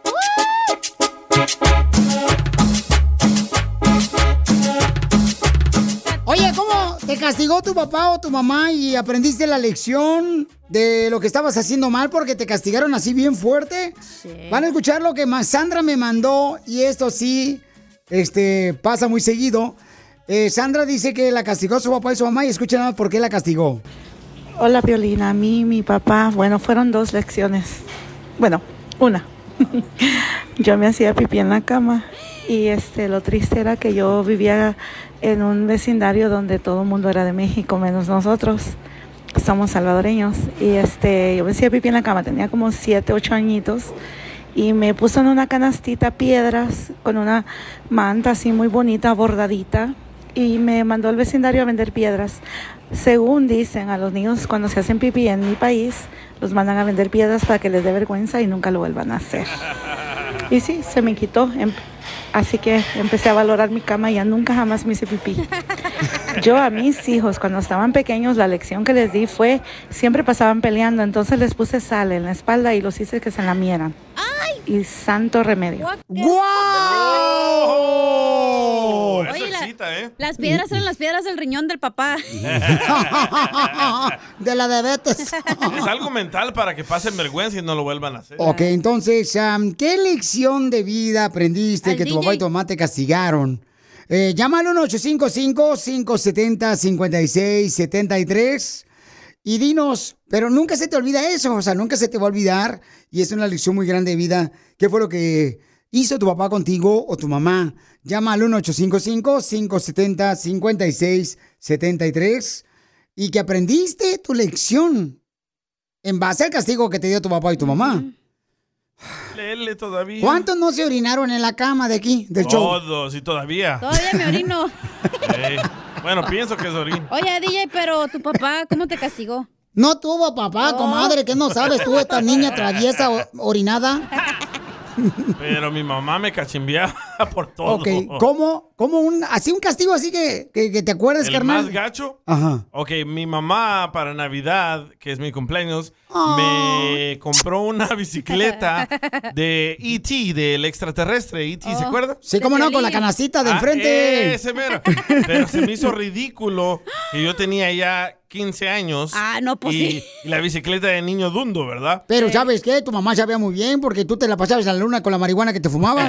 Oye, ¿cómo te castigó tu papá o tu mamá y aprendiste la lección de lo que estabas haciendo mal porque te castigaron así bien fuerte? Sí. Van a escuchar lo que Sandra me mandó y esto sí, pasa muy seguido. Sandra dice que la castigó su papá y su mamá y escuchen nada más por qué la castigó. Hola, Piolín. A mí, mi papá, bueno, fueron 2 lecciones. Bueno, una. Yo me hacía pipí en la cama y lo triste era que yo vivía en un vecindario donde todo el mundo era de México, menos nosotros. Somos salvadoreños. Y yo me hacía pipí en la cama, tenía como 7, 8 añitos. Y me puso en una canastita piedras con una manta así muy bonita, bordadita. Y me mandó al vecindario a vender piedras. Según dicen, a los niños cuando se hacen pipí en mi país, los mandan a vender piedras para que les dé vergüenza y nunca lo vuelvan a hacer. Y sí, se me quitó. Así que empecé a valorar mi cama y ya nunca jamás me hice pipí. Yo a mis hijos, cuando estaban pequeños, la lección que les di fue, siempre pasaban peleando, entonces les puse sal en la espalda y los hice que se lamieran. Y santo remedio. ¡Guau! Oye, las piedras eran las piedras del riñón del papá. De la diabetes. Es algo mental para que pasen vergüenza y no lo vuelvan a hacer. Ok, entonces, ¿qué lección de vida aprendiste que tu papá y tu mamá te castigaron? Llama al 1-855-570-5673 y dinos, pero nunca se te olvida eso, o sea, nunca se te va a olvidar y es una lección muy grande de vida. ¿Qué fue lo que hizo tu papá contigo o tu mamá? Llama al 1-855-570-5673 y que aprendiste tu lección en base al castigo que te dio tu papá y tu mamá. Lele todavía. ¿Cuántos no se orinaron en la cama de aquí, del show? Todos, y todavía. Todavía me orino. Bueno, pienso que es orino. Oye, DJ, pero tu papá, ¿cómo te castigó? No tuvo papá, comadre, ¿qué no sabes tú, esta niña traviesa orinada? Pero mi mamá me cachimbeaba por todo. Ok, ¿cómo un castigo así que te acuerdas, carnal? ¿El más gacho? Ajá. Ok, mi mamá para Navidad, que es mi cumpleaños, me compró una bicicleta de E.T., del extraterrestre. E.T., ¿se acuerda? Sí, cómo no, con la canacita de enfrente. Ese mero. Pero se me hizo ridículo que yo tenía ya 15 años. No, pues y sí. la bicicleta de niño dundo, ¿verdad? Pero ¿sabes qué? Tu mamá sabía muy bien porque tú te la pasabas en la luna con la marihuana que te fumabas.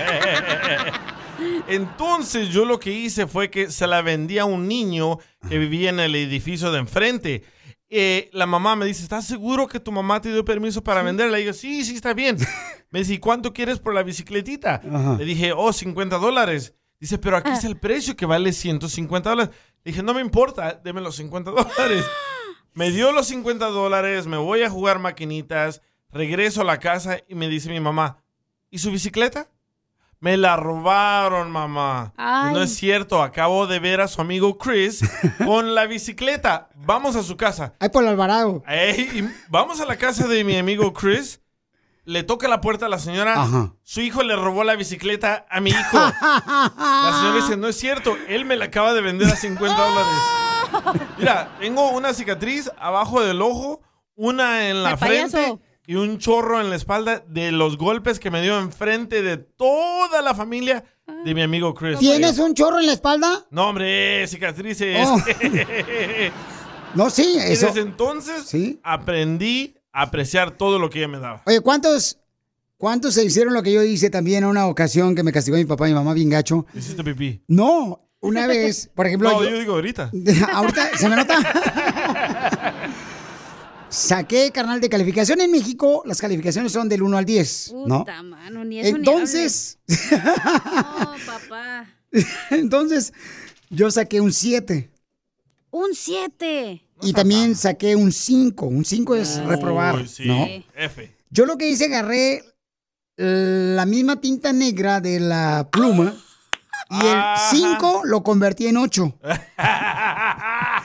Entonces yo lo que hice fue que se la vendí a un niño que vivía en el edificio de enfrente. La mamá me dice, ¿estás seguro que tu mamá te dio permiso para venderla? Y yo, sí, está bien. Me dice, ¿y cuánto quieres por la bicicletita? Ajá. Le dije, $50. Dice, pero aquí es el precio que vale $150. Le dije, no me importa, deme los $50. Me dio los $50, me voy a jugar maquinitas, regreso a la casa y me dice mi mamá, ¿y su bicicleta? Me la robaron, mamá. Ay. No es cierto, acabo de ver a su amigo Chris con la bicicleta. Vamos a su casa. Ahí por el Alvarado. Y vamos a la casa de mi amigo Chris. Le toca la puerta a la señora. Ajá. Su hijo le robó la bicicleta a mi hijo. La señora dice, no es cierto, él me la acaba de vender a $50. Mira, tengo una cicatriz abajo del ojo, una en la frente. Payaso. Y un chorro en la espalda de los golpes que me dio enfrente de toda la familia de mi amigo Chris. ¿Tienes un chorro en la espalda? No, hombre, cicatrices. Oh. No, sí, eso. Y desde entonces aprendí a apreciar todo lo que ella me daba. Oye, ¿cuántos se hicieron lo que yo hice también en una ocasión que me castigó mi papá y mi mamá bien gacho? ¿Hiciste pipí? No, una vez, por ejemplo... No, yo digo ahorita. ¿Ahorita se me nota? Saqué, carnal, de calificación en México. Las calificaciones son del 1 al 10, ¿no? Puta, mano, ni eso Entonces... No, papá. Entonces, yo saqué un 7. Un 7. Y también saqué un 5. Un 5 es reprobar, Uy, sí. ¿no? F. Yo lo que hice, agarré la misma tinta negra de la pluma y el 5 lo convertí en 8.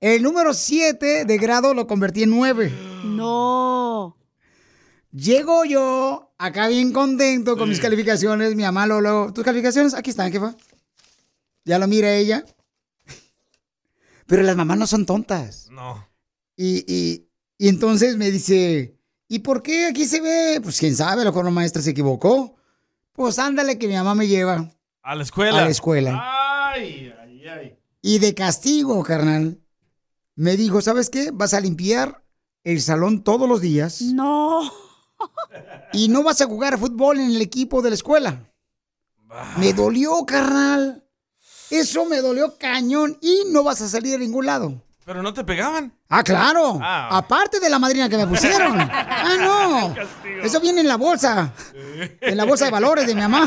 El número 7 de grado lo convertí en 9. No. Llego yo, acá bien contento con mis calificaciones. Mi mamá luego, ¿tus calificaciones? Aquí están, jefa. Ya lo mira ella. Pero las mamás no son tontas. No. Y entonces me dice, ¿y por qué aquí se ve? Pues quién sabe, a lo mejor la maestra se equivocó. Pues ándale que mi mamá me lleva. A la escuela. A la escuela. Ay. Y de castigo, carnal, me dijo, ¿sabes qué? Vas a limpiar el salón todos los días. No. Y no vas a jugar fútbol en el equipo de la escuela. Me dolió, carnal. Eso me dolió cañón y no vas a salir a ningún lado. ¿Pero no te pegaban? Ah, claro. Aparte de la madrina que me pusieron. No. Eso viene en la bolsa. En la bolsa de valores de mi mamá.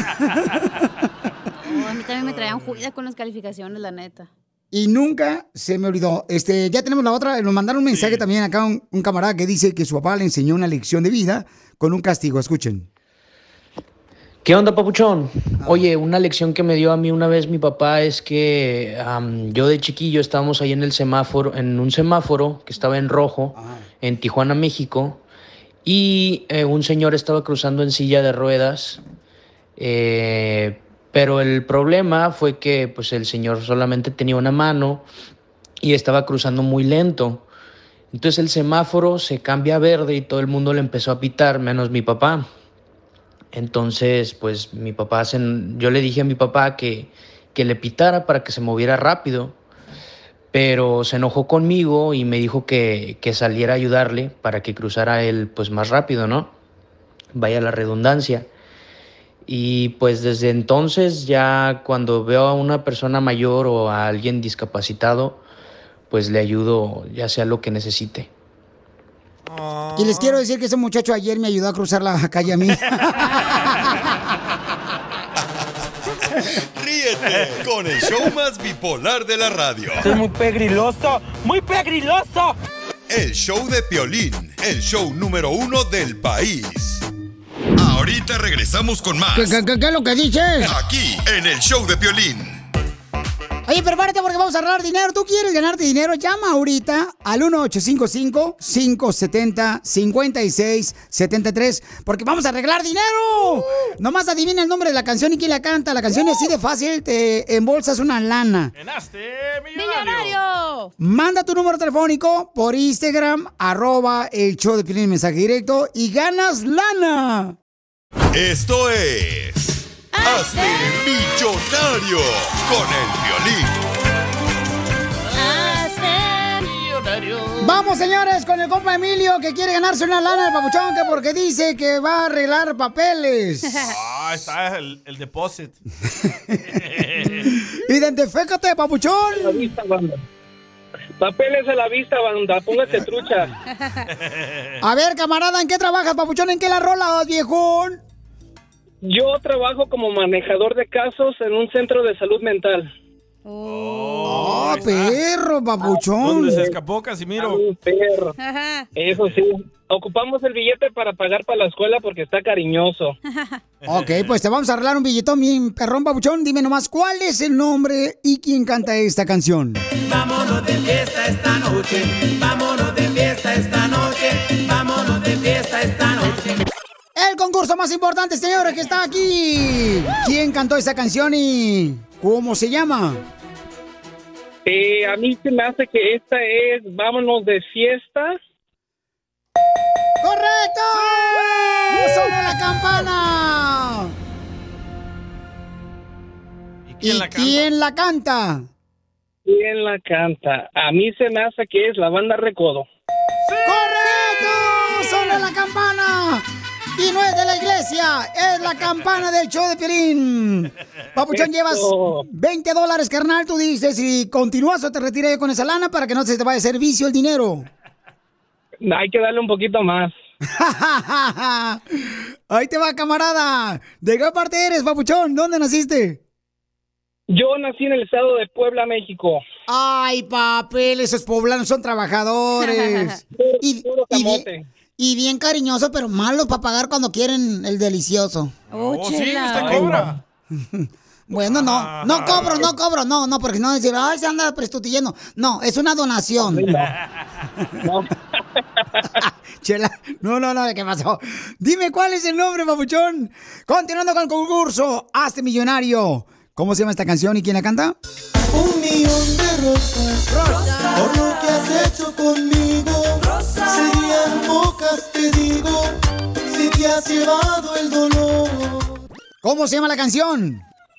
A mí también me traían juida con las calificaciones, la neta. Y nunca se me olvidó. Ya tenemos la otra. Nos mandaron un mensaje también acá un camarada que dice que su papá le enseñó una lección de vida con un castigo. Escuchen. ¿Qué onda, papuchón? Oye, una lección que me dio a mí una vez mi papá es que yo de chiquillo estábamos ahí en el semáforo, en un semáforo que estaba en rojo, en Tijuana, México, y un señor estaba cruzando en silla de ruedas, pero el problema fue que pues el señor solamente tenía una mano y estaba cruzando muy lento. Entonces el semáforo se cambia a verde y todo el mundo le empezó a pitar, menos mi papá. Entonces, pues yo le dije a mi papá que le pitara para que se moviera rápido, pero se enojó conmigo y me dijo que saliera a ayudarle para que cruzara él pues más rápido, ¿no? Vaya la redundancia. Y pues desde entonces ya cuando veo a una persona mayor o a alguien discapacitado, pues le ayudo ya sea lo que necesite. Y les quiero decir que ese muchacho ayer me ayudó a cruzar la calle a mí. Ríete con el show más bipolar de la radio. Esto es muy pegriloso, muy pegriloso. El show de Piolín, el show número 1 del país. Ahorita regresamos con más. ¿Qué es lo que dices? Aquí, en el show de Piolín. Oye, prepárate porque vamos a ganar dinero. ¿Tú quieres ganarte dinero? Llama ahorita al 1855-570-5673 porque vamos a arreglar dinero. Nomás adivina el nombre de la canción y quién la canta. La canción es así de fácil, te embolsas una lana. ¡Ganaste, millonario! Manda tu número telefónico por Instagram, @el show de Piolín, mensaje directo y ganas lana. Esto es... ¡Hazte millonario con el Piolín! Vamos, señores, con el compa Emilio que quiere ganarse una lana del papuchón, que porque dice que va a arreglar papeles. Está el depósito. Identifícate, papuchón. A la vista, banda. Papeles a la vista, banda. Póngase trucha. A ver, camarada, ¿en qué trabajas, papuchón? ¿En qué la rolas, viejón? Yo trabajo como manejador de casos en un centro de salud mental. ¡Oh, perro, papuchón! ¿Dónde se escapó Casimiro? Perro. Eso sí. Ocupamos el billete para pagar para la escuela porque está cariñoso. Ok, pues te vamos a arreglar un billetón bien perrón, papuchón. Dime nomás, ¿cuál es el nombre y quién canta esta canción? Vámonos de fiesta esta noche. Vámonos de fiesta esta noche. Vámonos de fiesta esta noche. El concurso más importante, señores, que está aquí. ¿Quién cantó esta canción y cómo se llama? A mí se me hace que esta es Vámonos de fiesta. ¡Correcto! ¡Sonó la campana! ¿Y quién la canta? ¿Quién la canta? ¿Quién la canta? A mí se me hace que es la banda Recodo. ¡Correcto! ¡Sonó la campana! Y no es de la iglesia, es la campana del show de Piolín. Papuchón, llevas $20, carnal, tú dices, y continúas o te retiras con esa lana para que no se te vaya a hacer vicio el dinero. Hay que darle un poquito más. Ahí te va, camarada. ¿De qué parte eres, papuchón? ¿Dónde naciste? Yo nací en el estado de Puebla, México. Ay, papel, esos poblanos son trabajadores. Y bien cariñosos, pero malos para pagar cuando quieren el delicioso. Sí, usted cobra. Bueno, no cobro, no, porque no decir, ay, se anda prestutillando. No, es una donación. No. Chela, no, ¿qué pasó? Dime cuál es el nombre, papuchón. Continuando con el concurso, hazte millonario. ¿Cómo se llama esta canción y quién la canta? 1,000,000 de rosas, por lo que has hecho conmigo, serían pocas, te digo, si te has llevado el dolor. ¿Cómo se llama la canción?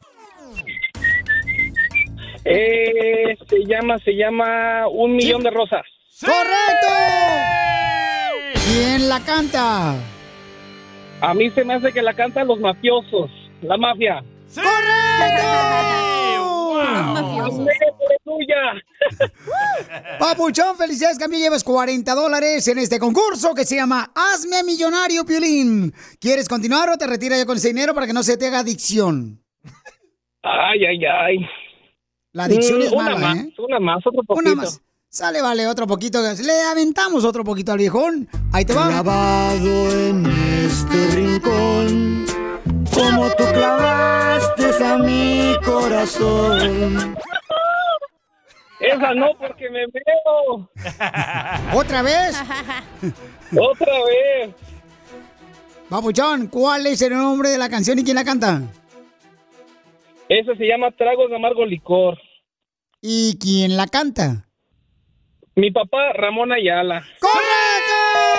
Se llama 1,000,000 de rosas. ¡Correcto! ¿Quién la canta? A mí se me hace que la cantan los mafiosos, la mafia. ¡Correcto! ¡Wow! ¡Tuya! Papuchón, felicidades, campeón. Llevas $40 en este concurso que se llama Hazme Millonario, Piolín. ¿Quieres continuar o te retiras ya con ese dinero para que no se te haga adicción? Ay. La adicción es mala, Una más, otro poquito. Una más. Sale, vale, otro poquito. Le aventamos otro poquito al viejón. Ahí te va. Clavado en este rincón, como tú clavaste a mi corazón. Esa no, porque me veo. ¿Otra vez? Otra vez. Papuchón, ¿cuál es el nombre de la canción y quién la canta? Esa se llama Tragos de Amargo Licor. ¿Y quién la canta? Mi papá, Ramón Ayala. ¡Correcto!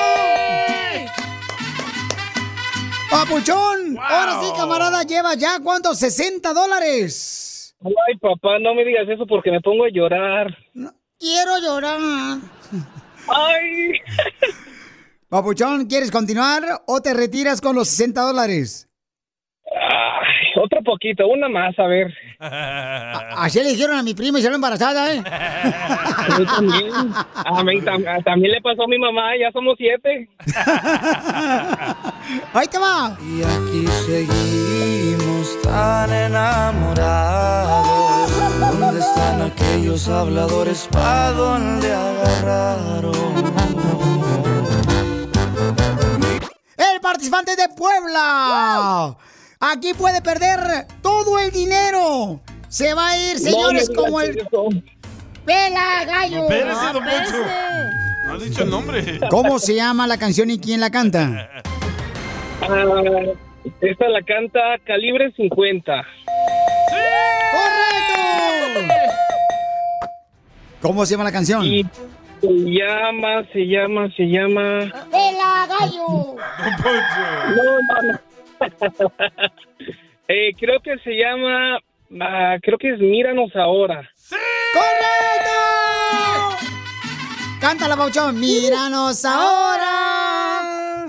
Papuchón, wow. Ahora sí, camarada, lleva ya, ¿cuántos? $60. Ay, papá, no me digas eso porque me pongo a llorar. No, quiero llorar. Ay. Papuchón, ¿quieres continuar o te retiras con los $60? Ay, otro poquito, una más, a ver. Así le dijeron a mi prima y se lo embarazada, ¿eh? A mí también le pasó a mi mamá, ya somos 7. Ahí te va. Y aquí seguimos tan enamorados. ¿Dónde están aquellos habladores? ¿Pa' dónde agarraron? El participante de Puebla. Aquí puede perder todo el dinero. Se va a ir, señores, no, como el... ¡Pela, gallo! Espérese, don Poncho. No has dicho el nombre. ¿Cómo se llama la canción y quién la canta? Esta la canta Calibre 50. ¡Sí! ¡Correcto! ¿Cómo se llama la canción? Y se llama... ¡Pela, gallo! Don Poncho. No. Creo que se llama... creo que es Míranos Ahora. ¡Sí! ¡Correcto! Cántala, Pauchón. Míranos ahora.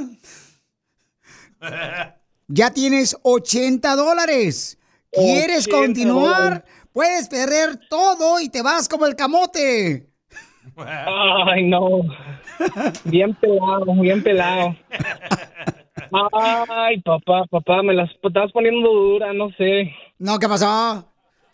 Ya tienes $80. ¿Quieres continuar? Puedes perder todo y te vas como el camote. Ay, no. Bien pelado. Ay, papá, me las estás poniendo dura, no sé. No, ¿qué pasó?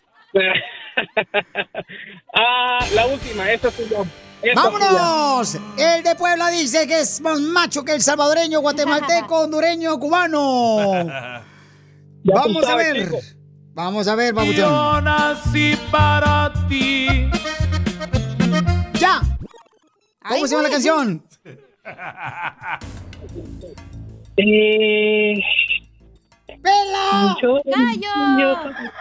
La última, esa soy yo. ¡Vámonos! El de Puebla dice que es más macho que el salvadoreño, guatemalteco, hondureño, cubano. Vamos a ver. Chico. Vamos a ver, papuchón. Yo nací para ti. ¡Ya! ¿Cómo se llama la canción? ¡Pela! ¡Gallo!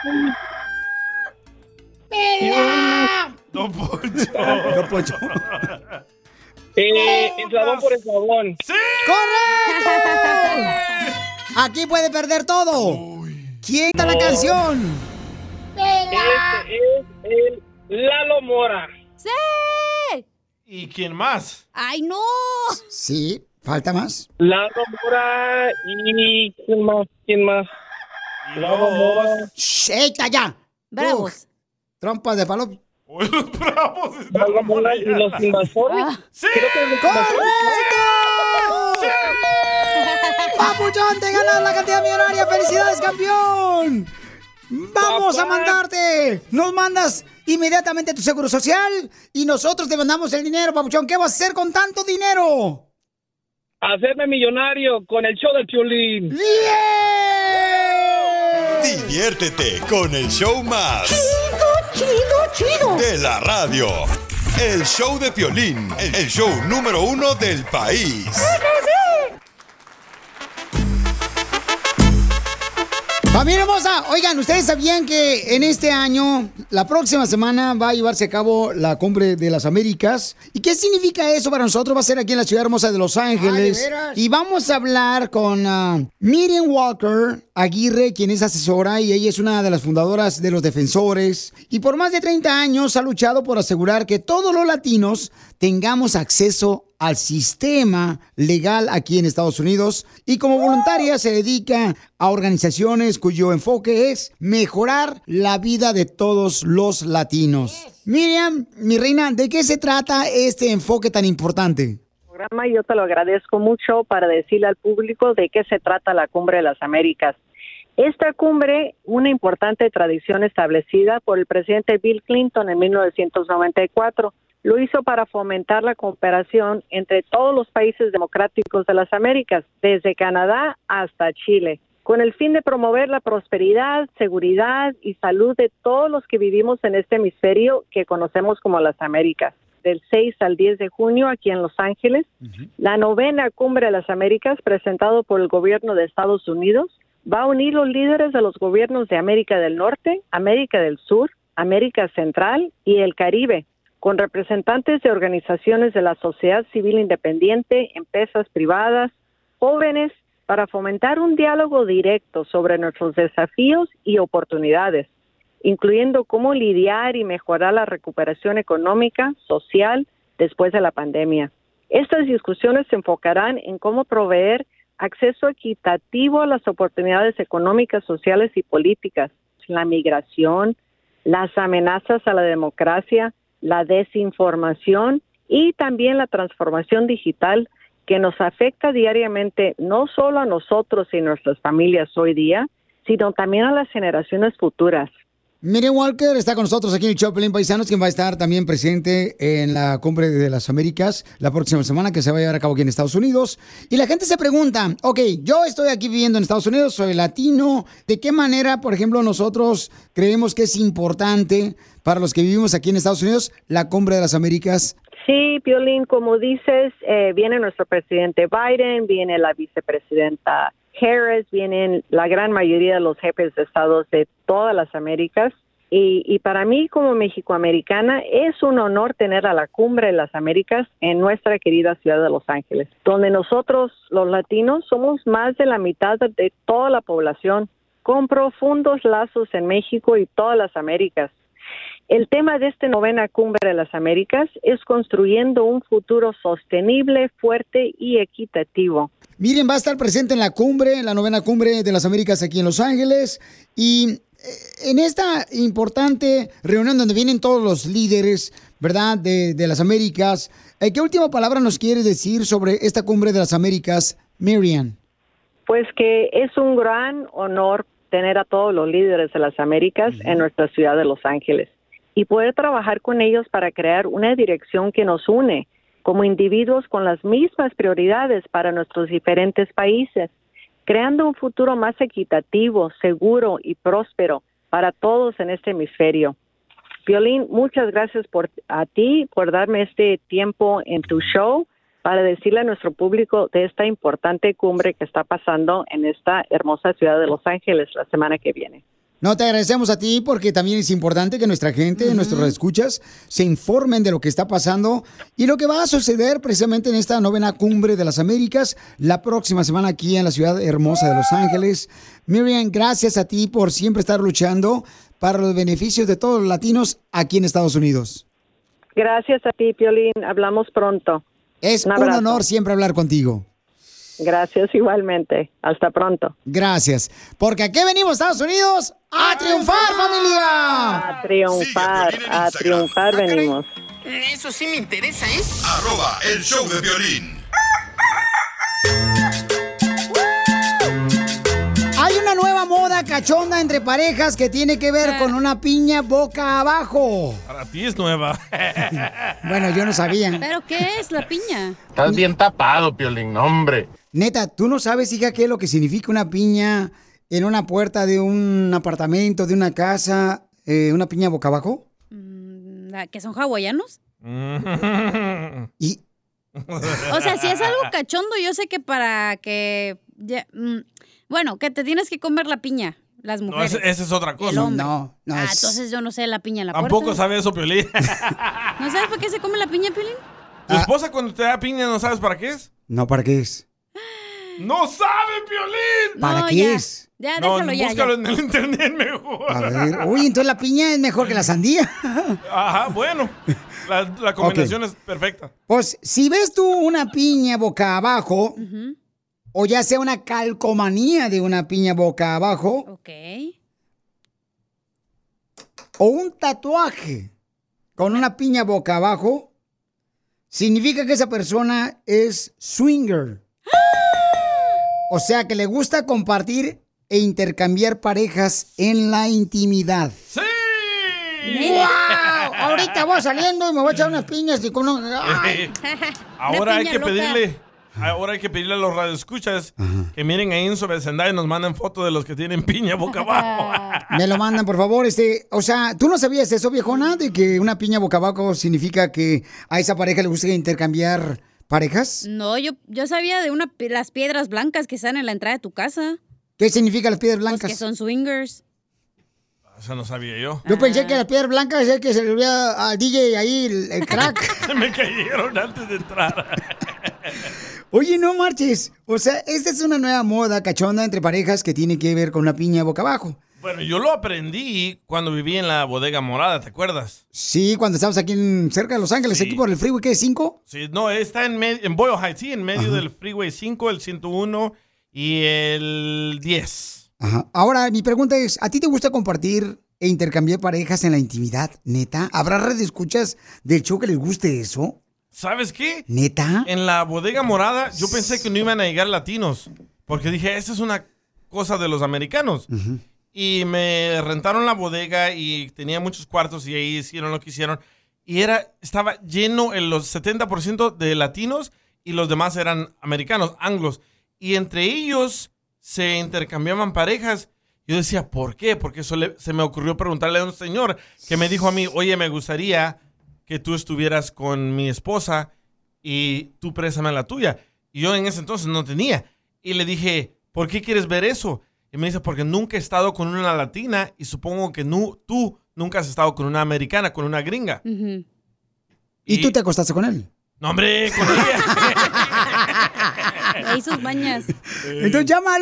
¡Pela! Don Poncho. Don Poncho. Eslabón por eslabón. ¡Sí! ¡Correcto! Aquí puede perder todo. ¿Quién está la canción? ¡Pela! Este es el Lalo Mora. ¡Sí! ¿Y quién más? ¡Ay, no! Sí, falta más. Lalo Mora y... ¿Quién más? Lalo Mora. ¡Eita, ya! ¡Bravos! Trompas de falopio. Los bravos. Lalo Mora y los invasores. ¡Sí! ¡Correcto! ¡Sí! ¡Papuchón, te ganas la cantidad millonaria! ¡Felicidades, campeón! ¡Vamos a mandarte! Nos mandas inmediatamente tu seguro social y nosotros te mandamos el dinero, papuchón. ¿Qué vas a hacer con tanto dinero? Hacerme millonario con el show del Piolín. ¡Yeah! Diviértete con el show más... Chido. de la radio. El show de Piolín, el show número 1 del país. Familia hermosa, oigan, ¿ustedes sabían que en este año, la próxima semana, va a llevarse a cabo la Cumbre de las Américas? ¿Y qué significa eso para nosotros? Va a ser aquí en la ciudad hermosa de Los Ángeles. ¿de veras? Y vamos a hablar con Miriam Walker Aguirre, quien es asesora, y ella es una de las fundadoras de Los Defensores. Y por más de 30 años ha luchado por asegurar que todos los latinos tengamos acceso al sistema legal aquí en Estados Unidos, y como voluntaria se dedica a organizaciones cuyo enfoque es mejorar la vida de todos los latinos. Miriam, mi reina, ¿de qué se trata este enfoque tan importante? Programa, yo te lo agradezco mucho para decirle al público de qué se trata la Cumbre de las Américas. Esta cumbre, una importante tradición establecida por el presidente Bill Clinton en 1994, lo hizo para fomentar la cooperación entre todos los países democráticos de las Américas, desde Canadá hasta Chile, con el fin de promover la prosperidad, seguridad y salud de todos los que vivimos en este hemisferio que conocemos como las Américas. Del 6 al 10 de junio aquí en Los Ángeles, la 9ª Cumbre de las Américas, presentado por el gobierno de Estados Unidos, va a unir los líderes de los gobiernos de América del Norte, América del Sur, América Central y el Caribe, con representantes de organizaciones de la sociedad civil independiente, empresas privadas, jóvenes, para fomentar un diálogo directo sobre nuestros desafíos y oportunidades, incluyendo cómo lidiar y mejorar la recuperación económica, social, después de la pandemia. Estas discusiones se enfocarán en cómo proveer acceso equitativo a las oportunidades económicas, sociales y políticas, la migración, las amenazas a la democracia, la desinformación y también la transformación digital que nos afecta diariamente no solo a nosotros y nuestras familias hoy día, sino también a las generaciones futuras. Miriam Walker está con nosotros aquí en el show Pelín Paisanos, quien va a estar también presente en la Cumbre de las Américas la próxima semana, que se va a llevar a cabo aquí en Estados Unidos. Y la gente se pregunta, ok, yo estoy aquí viviendo en Estados Unidos, soy latino, ¿de qué manera, por ejemplo, nosotros creemos que es importante para los que vivimos aquí en Estados Unidos la Cumbre de las Américas? Sí, Piolín, como dices, viene nuestro presidente Biden, viene la vicepresidenta Harris, vienen la gran mayoría de los jefes de estados de todas las Américas, y para mí como mexicoamericana es un honor tener a la Cumbre de las Américas en nuestra querida ciudad de Los Ángeles, donde nosotros los latinos somos más de la mitad de toda la población, con profundos lazos en México y todas las Américas. El tema de esta 9ª Cumbre de las Américas es construyendo un futuro sostenible, fuerte y equitativo. Miren, va a estar presente en la cumbre, en la 9ª Cumbre de las Américas aquí en Los Ángeles, y en esta importante reunión donde vienen todos los líderes, ¿verdad?, de las Américas, ¿qué última palabra nos quiere decir sobre esta Cumbre de las Américas, Miriam? Pues que es un gran honor tener a todos los líderes de las Américas en nuestra ciudad de Los Ángeles y poder trabajar con ellos para crear una dirección que nos une como individuos con las mismas prioridades para nuestros diferentes países, creando un futuro más equitativo, seguro y próspero para todos en este hemisferio. Piolín, muchas gracias a ti por darme este tiempo en tu show para decirle a nuestro público de esta importante cumbre que está pasando en esta hermosa ciudad de Los Ángeles la semana que viene. No, te agradecemos a ti porque también es importante que nuestra gente, nuestros escuchas, se informen de lo que está pasando y lo que va a suceder precisamente en esta 9ª Cumbre de las Américas la próxima semana aquí en la ciudad hermosa de Los Ángeles. Miriam, gracias a ti por siempre estar luchando para los beneficios de todos los latinos aquí en Estados Unidos. Gracias a ti, Piolín. Hablamos pronto. Es un honor siempre hablar contigo. Gracias igualmente. Hasta pronto. Gracias. Porque aquí venimos, Estados Unidos, a triunfar, familia. A triunfar venimos. Eso sí me interesa, ¿eh? @elshowdepiolín. Hay una nueva moda cachonda entre parejas que tiene que ver con una piña boca abajo. Para ti es nueva. Bueno, yo no sabía. ¿Pero qué es la piña? Estás bien tapado, Piolín, hombre. Neta, ¿tú no sabes, hija, qué es lo que significa una piña en una puerta de un apartamento, de una casa, una piña boca abajo? ¿Que son hawaianos? Y... O sea, si es algo cachondo, yo sé que para que... bueno, que te tienes que comer la piña, las mujeres. No, esa es otra cosa. No, entonces yo no sé la piña en la Tampoco puerta. sabe eso, Piolín. ¿No sabes por qué se come la piña, Piolín? ¿Tu esposa cuando te da piña no sabes para qué es? No, ¿para qué es? ¡No sabe, Piolín! ¿Para qué es? Ya, no, déjalo ya. búscalo en el internet mejor. A ver, uy, entonces la piña es mejor que la sandía. Ajá, bueno. La combinación es perfecta. Pues, si ves tú una piña boca abajo, o ya sea una calcomanía de una piña boca abajo, o un tatuaje con una piña boca abajo, significa que esa persona es swinger. O sea, que le gusta compartir e intercambiar parejas en la intimidad. ¡Sí! ¡Wow! Ahorita voy saliendo y me voy a echar unas piñas y con Ahora hay que pedirle a los radioescuchas que miren ahí en su vecindad y nos manden fotos de los que tienen piña boca abajo. Me lo mandan, por favor. O sea, ¿tú no sabías eso, viejona? De que una piña boca abajo significa que a esa pareja le gusta intercambiar parejas. No, yo sabía de las piedras blancas que están en la entrada de tu casa. ¿Qué significa las piedras blancas? Pues que son swingers. Eso no sabía yo. Yo pensé que las piedras blancas es que se le olvidaba al DJ ahí el crack. Se me cayeron antes de entrar. Oye, no marches. O sea, esta es una nueva moda cachonda entre parejas que tiene que ver con una piña boca abajo. Bueno, yo lo aprendí cuando viví en la Bodega Morada, ¿te acuerdas? Sí, cuando estábamos aquí cerca de Los Ángeles, aquí por el Freeway, ¿qué es 5? Sí, no, está en Boyle Heights, sí, en medio del Freeway 5, el 101 y el 10. Ajá. Ahora, mi pregunta es, ¿a ti te gusta compartir e intercambiar parejas en la intimidad? ¿Neta? ¿Habrá radioescuchas del show que les guste eso? ¿Sabes qué? ¿Neta? En la Bodega Morada yo pensé que no iban a llegar latinos, porque dije, esta es una cosa de los americanos. Y me rentaron la bodega y tenía muchos cuartos y ahí hicieron lo que hicieron. Y estaba lleno en los 70% de latinos y los demás eran americanos, anglos. Y entre ellos se intercambiaban parejas. Yo decía, ¿por qué? Porque se me ocurrió preguntarle a un señor que me dijo a mí, oye, me gustaría que tú estuvieras con mi esposa y tú préstame la tuya. Y yo en ese entonces no tenía. Y le dije, ¿por qué quieres ver eso? Y me dice, porque nunca he estado con una latina y supongo que tú nunca has estado con una americana, con una gringa. ¿Y tú te acostaste con él? No, hombre, con ella. Ahí sus mañas. Entonces llama al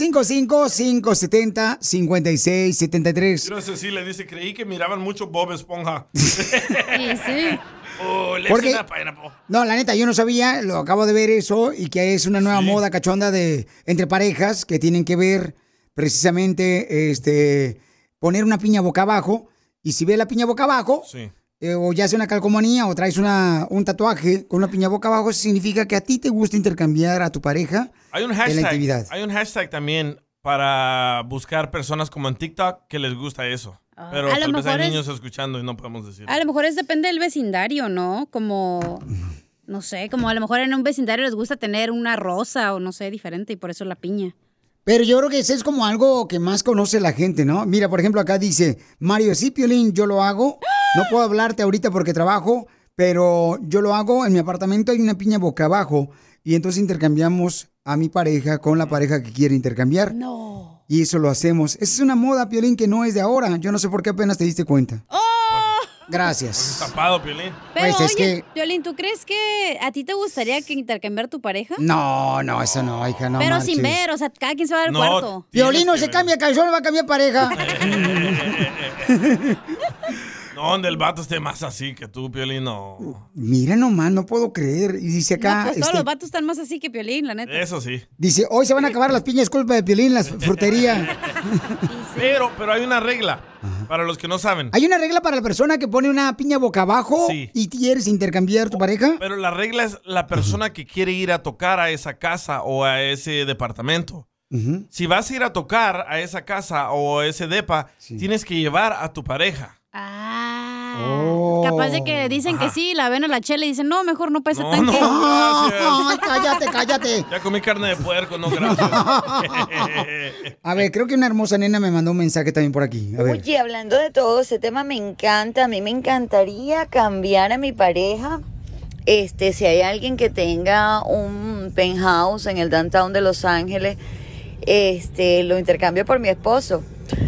1-855-570-5673. Yo no sé si le dice, creí que miraban mucho Bob Esponja. Sí. Porque, no, la neta, yo no sabía, lo acabo de ver eso, y que es una nueva moda cachonda entre parejas que tienen que ver precisamente poner una piña boca abajo, y si ves la piña boca abajo, o ya sea una calcomanía o traes un tatuaje con una piña boca abajo, eso significa que a ti te gusta intercambiar a tu pareja en la actividad. Hay un hashtag también para buscar personas como en TikTok que les gusta eso. Pero tal vez hay niños escuchando y no podemos decir. A lo mejor depende del vecindario, ¿no? Como, no sé, como a lo mejor en un vecindario les gusta tener una rosa o no sé, diferente y por eso la piña. Pero yo creo que eso es como algo que más conoce la gente, ¿no? Mira, por ejemplo, acá dice, Mario, sí, Piolín, yo lo hago. No puedo hablarte ahorita porque trabajo, pero yo lo hago. En mi apartamento hay una piña boca abajo y entonces intercambiamos a mi pareja con la pareja que quiere intercambiar. No. Y eso lo hacemos. Esa es una moda, Piolín, que no es de ahora. Yo no sé por qué apenas te diste cuenta. ¡Oh! Gracias. Tapado, Piolín. Pero Pues oye, Piolín, ¿tú crees que a ti te gustaría que intercambiar tu pareja? No, eso no, hija, no Pero marches. sin ver, o sea, cada quien se va al cuarto. Piolín no se cambia calzón, va a cambiar pareja. No, donde el vato esté más así que tú, Piolín, no. Mira nomás, no puedo creer. Y dice acá... No, pues todos los vatos están más así que Piolín, la neta. Eso sí. Dice, hoy se van a acabar las piñas, culpa de Piolín, las fruterías. Pero hay una regla, para los que no saben. ¿Hay una regla para la persona que pone una piña boca abajo y quieres intercambiar tu pareja? Pero la regla es la persona que quiere ir a tocar a esa casa o a ese departamento. Si vas a ir a tocar a esa casa o a ese depa, tienes que llevar a tu pareja. Capaz de que dicen que sí, la ven a la chela y dicen, no, mejor no pese No, tanque. no, Ay, cállate. Ya comí carne de puerco, no, gracias. A ver, creo que una hermosa nena me mandó un mensaje también por aquí. A ver. Oye, hablando de todo ese tema, me encanta. A mí me encantaría cambiar a mi pareja. Si hay alguien que tenga un penthouse en el downtown de Los Ángeles, lo intercambio por mi esposo.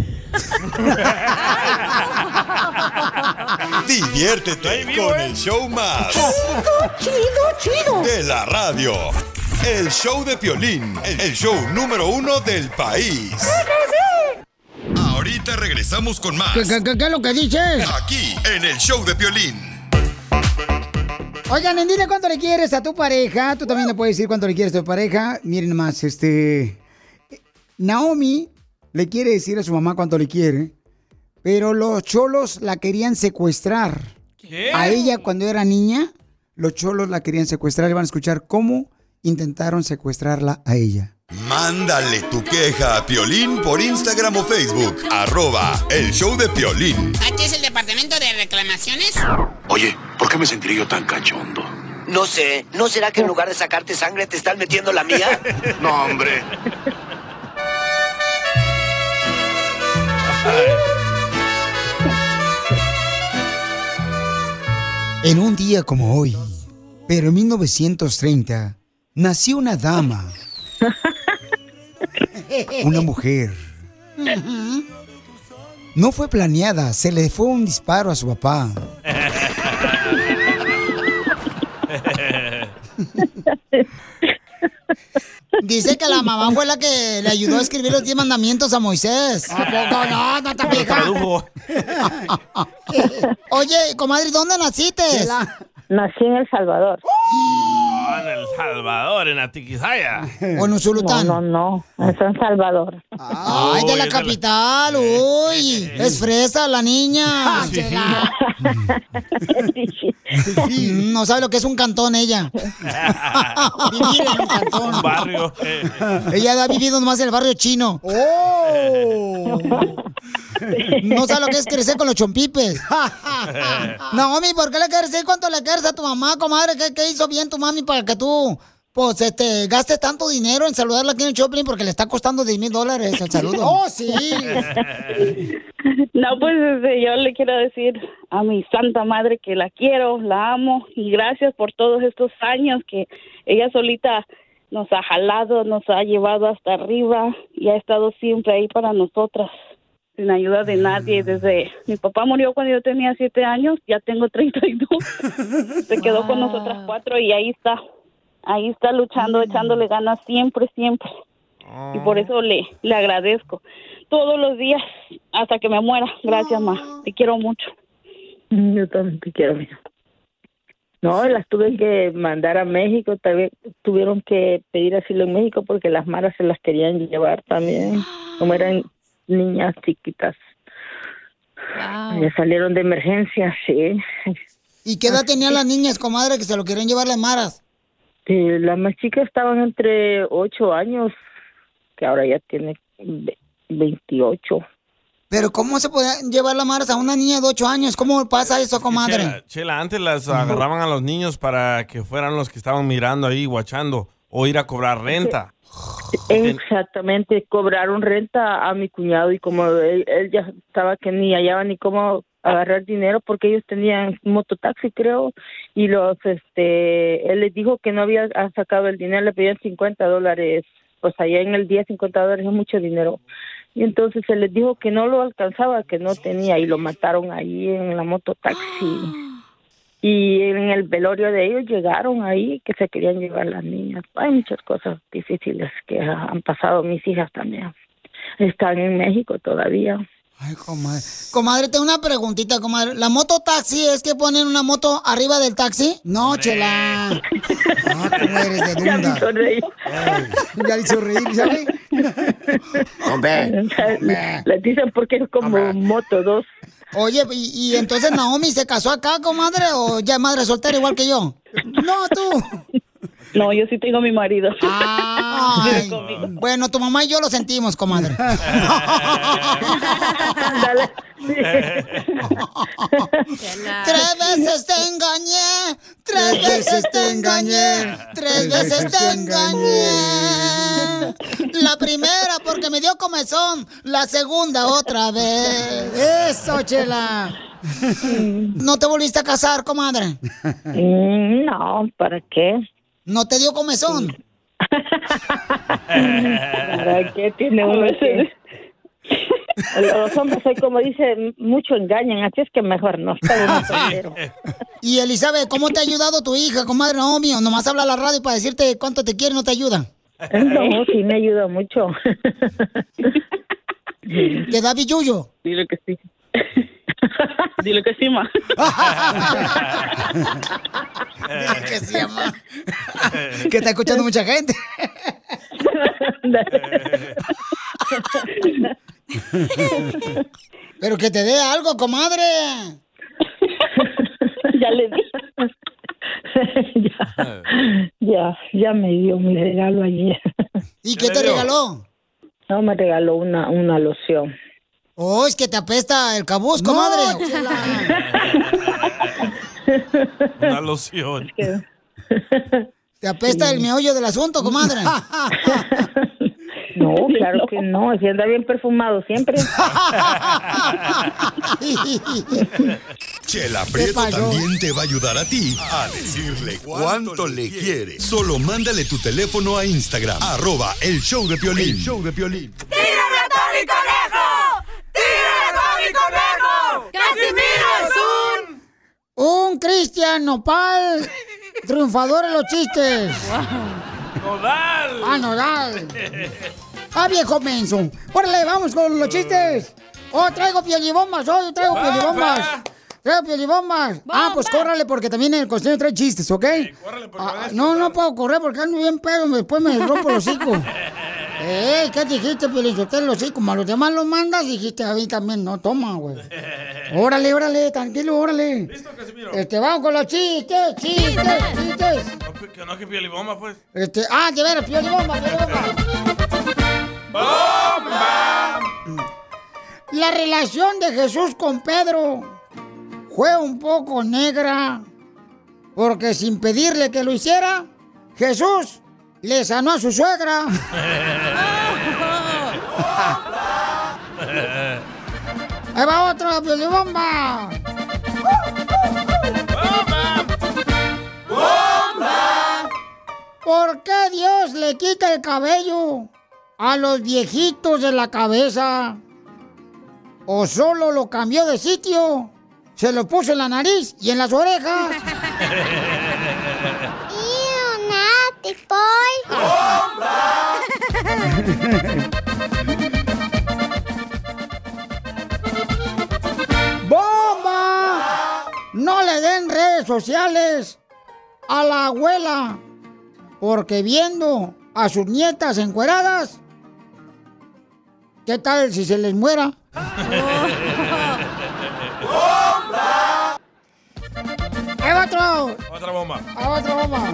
Diviértete con el show más Chido. de la radio. El show de Piolín, el show número 1 del país. Ahorita regresamos con más. ¿Qué es lo que dices? Aquí, en el show de Piolín. Oigan, dile cuánto le quieres a tu pareja. Tú también le puedes decir cuánto le quieres a tu pareja. Miren más, Naomi le quiere decir a su mamá cuánto le quiere, pero los cholos la querían secuestrar. ¿Qué? A ella cuando era niña, los cholos la querían secuestrar y van a escuchar cómo intentaron secuestrarla a ella. Mándale tu queja a Piolín por Instagram o Facebook. @el show de Piolín. ¿Aquí es el departamento de reclamaciones? Oye, ¿por qué me sentiré yo tan cachondo? No sé, ¿no será que en lugar de sacarte sangre te están metiendo la mía? No, hombre. En un día como hoy, pero en 1930, nació una dama. Una mujer. No fue planeada, se le fue un disparo a su papá. Dice que la mamá fue la que le ayudó a escribir los 10 mandamientos a Moisés. ¿A poco no? No te fijas. Oye, comadre, ¿dónde naciste? Nací en El Salvador. En El Salvador, en Atiquizaya. ¿O en Usulután? No, en San Salvador. Ay, de la capital, uy. Es fresa la niña. Sí. No sabe lo que es un cantón ella. Vivir en un cantón. Un barrio. Ella ha vivido nomás en el barrio chino. ¡Oh! No sabe lo que es crecer con los chompipes. Naomi, ¿por qué le quieres decir cuánto le quieres a tu mamá, comadre? ¿Qué hizo bien tu mami para que tú, pues, gastes tanto dinero en saludarla aquí en el Choplin? Porque le está costando $10,000 el saludo. ¡Oh, sí! No, pues yo le quiero decir a mi santa madre que la quiero, la amo y gracias por todos estos años que ella solita nos ha jalado, nos ha llevado hasta arriba y ha estado siempre ahí para nosotras, sin ayuda de nadie. Desde mi papá murió cuando yo tenía 7 años, ya tengo 32. Se quedó con nosotras 4 y ahí está luchando, echándole ganas siempre. Y por eso le agradezco todos los días hasta que me muera. Gracias, ma. Te quiero mucho. Yo también te quiero, mija. No, las tuve que mandar a México. También tuvieron que pedir asilo en México porque las maras se las querían llevar también, como eran niñas chiquitas. Wow. Ya salieron de emergencia, sí. ¿Y qué edad tenían las niñas, comadre, que se lo querían llevar las maras? Las más chicas estaban entre 8 años, que ahora ya tiene 28. Pero ¿cómo se puede llevar las maras a una niña de 8 años? ¿Cómo pasa eso, comadre? Chela, antes las agarraban a los niños para que fueran los que estaban mirando ahí, guachando, o ir a cobrar renta. Exactamente, cobraron renta a mi cuñado y como él ya estaba que ni hallaba ni cómo agarrar dinero porque ellos tenían mototaxi, creo, y él les dijo que no había sacado el dinero, le pedían $50, pues allá en el día $50 es mucho dinero. Y entonces se les dijo que no lo alcanzaba, que no tenía, y lo mataron ahí en la mototaxi. Y en el velorio de ellos llegaron ahí que se querían llevar las niñas. Hay muchas cosas difíciles que han pasado mis hijas también. Están en México todavía. Ay, comadre. Comadre, tengo una preguntita, comadre. ¿La mototaxi es que ponen una moto arriba del taxi? No, Chela. Ah, ¿cómo eres de dunda? Ya me hizo reír. Ya le hizo reír, ¿sabes? Hombre. Les dicen porque es como moto 2. Oye, ¿y entonces Naomi se casó acá, comadre, o ya es madre soltera igual que yo? No, tú. No, yo sí tengo a mi marido. Ay, bueno, tu mamá y yo lo sentimos, comadre. Dale. Sí. 3 veces te engañé, 3 veces te engañé, 3 veces te engañé. La primera porque me dio comezón, la segunda otra vez. Eso, Chela. ¿No te volviste a casar, comadre? No, ¿para qué? ¿No te dio comezón? ¿Para qué tiene uno que... Los hombres hoy, como dice, mucho engañan, así es que mejor no. Y Elizabeth, ¿cómo te ha ayudado tu hija, comadre Naomi? ¿O nomás habla a la radio para decirte cuánto te quiere y no te ayuda? No, sí me ayuda mucho. ¿Te da billuyo? Dile que sí. Dile que sí, ma. Dile que sí, ma. Que está escuchando mucha gente. Pero que te dé algo, comadre. Ya le di. Ya me dio mi regalo ayer. ¿Y qué te regaló? No, me regaló una loción. Oh, es que te apesta el cabuz, comadre. Una loción. Te apesta el meollo del asunto, comadre. No, claro que no. Si anda bien perfumado siempre. Chela Prieto también te va a ayudar a ti a decirle cuánto le quiere. Solo mándale tu teléfono a Instagram, @el show de Piolín. El show de Piolín. ¡Tírame a Tony Conejo! ¡Tírame a Tony Conejo! ¡Casimiro es un Cristian Nopal, triunfador en los chistes. ¡Nodal! ¡Ah, Nodal! ¡Ah, viejo menso! ¡Órale, vamos con los chistes! ¡Oh, traigo piolibombas! ¡Oh, yo traigo piolibombas! ¡Traigo piolibombas! Ah, pues córrale porque también el costeño trae chistes, ¿ok? Sí, córrele porque no puedo correr porque ando bien pedo, después me rompo el hocico. ¿Qué dijiste, Piolinsotelo? Sí, como a los demás los mandas, dijiste a mí también. No, toma, güey. Órale, tranquilo, órale. ¿Listo, Casimiro? Vamos con los chistes. No, que piolibomba, pues. De veras, piolibomba. ¡Bomba! La relación de Jesús con Pedro fue un poco negra, porque sin pedirle que lo hiciera, Jesús le sanó a su suegra. Ahí va otra piolibomba. ¡Bomba! ¿Por qué Dios le quita el cabello a los viejitos de la cabeza? ¿O solo lo cambió de sitio? Se lo puso en la nariz y en las orejas. ¡Bomba! No le den redes sociales a la abuela, porque viendo a sus nietas encueradas, ¿qué tal si se les muera? ¡Bomba! ¡Ahí va otro! Otra bomba. ¡Otra bomba!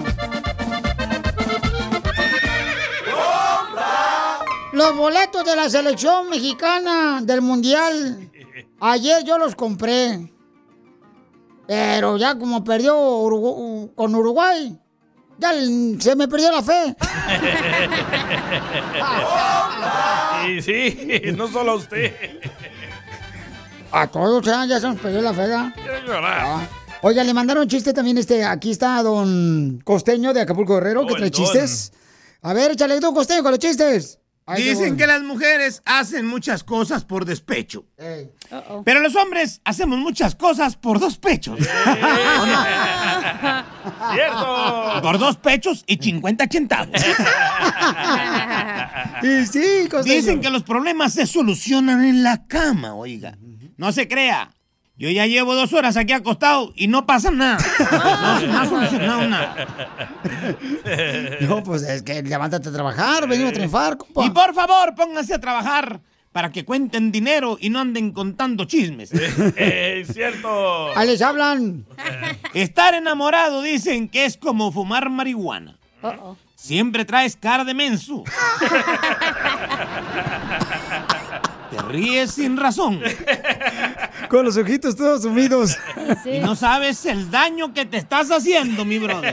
Los boletos de la selección mexicana del Mundial, ayer yo los compré. Pero ya como perdió con Uruguay, ya se me perdió la fe. Y sí, no solo a usted. A todos ya se nos perdió la fe, ¿verdad? Quiero llorar. Oiga, le mandaron chiste también aquí está don Costeño de Acapulco Guerrero, que trae chistes. A ver, échale don Costeño con los chistes. Dicen que las mujeres hacen muchas cosas por despecho. Pero los hombres hacemos muchas cosas por 2 pechos. ¡Cierto! Por 2 pechos y 50 centavos. Y sí, Costeño. Dicen que los problemas se solucionan en la cama, oiga. No se crea. Yo ya llevo 2 horas aquí acostado y no pasa nada. No ha solucionado nada. No, pues es que levántate a trabajar, venimos a triunfar, compa. Y por favor, pónganse a trabajar para que cuenten dinero y no anden contando chismes. ¡Cierto! Ahí les hablan. Estar enamorado dicen que es como fumar marihuana. Siempre traes cara de menso. Te ríes sin razón. Con los ojitos todos sumidos. Y no sabes el daño que te estás haciendo, mi brother.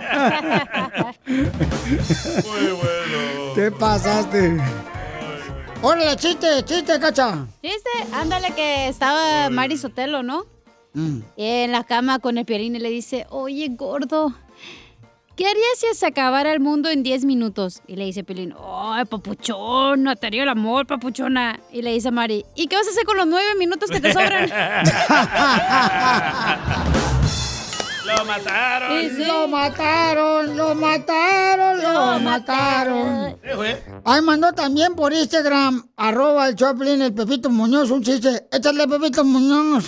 Muy bueno. ¿Qué pasaste? Órale, chiste, Cacha. Chiste, ándale que estaba Mari Sotelo, ¿no? En la cama con el Piolín y le dice, oye, gordo, ¿qué harías si se acabara el mundo en 10 minutos? Y le dice Piolín, ay, papuchona, te haría el amor, papuchona. Y le dice Mari, ¿y qué vas a hacer con los 9 minutos que te sobran? ¡Lo mataron! Sí, sí. Lo mataron. Ay, mandó también por Instagram, @el Choplin, el Pepito Muñoz, un chiste. Échale, Pepito Muñoz.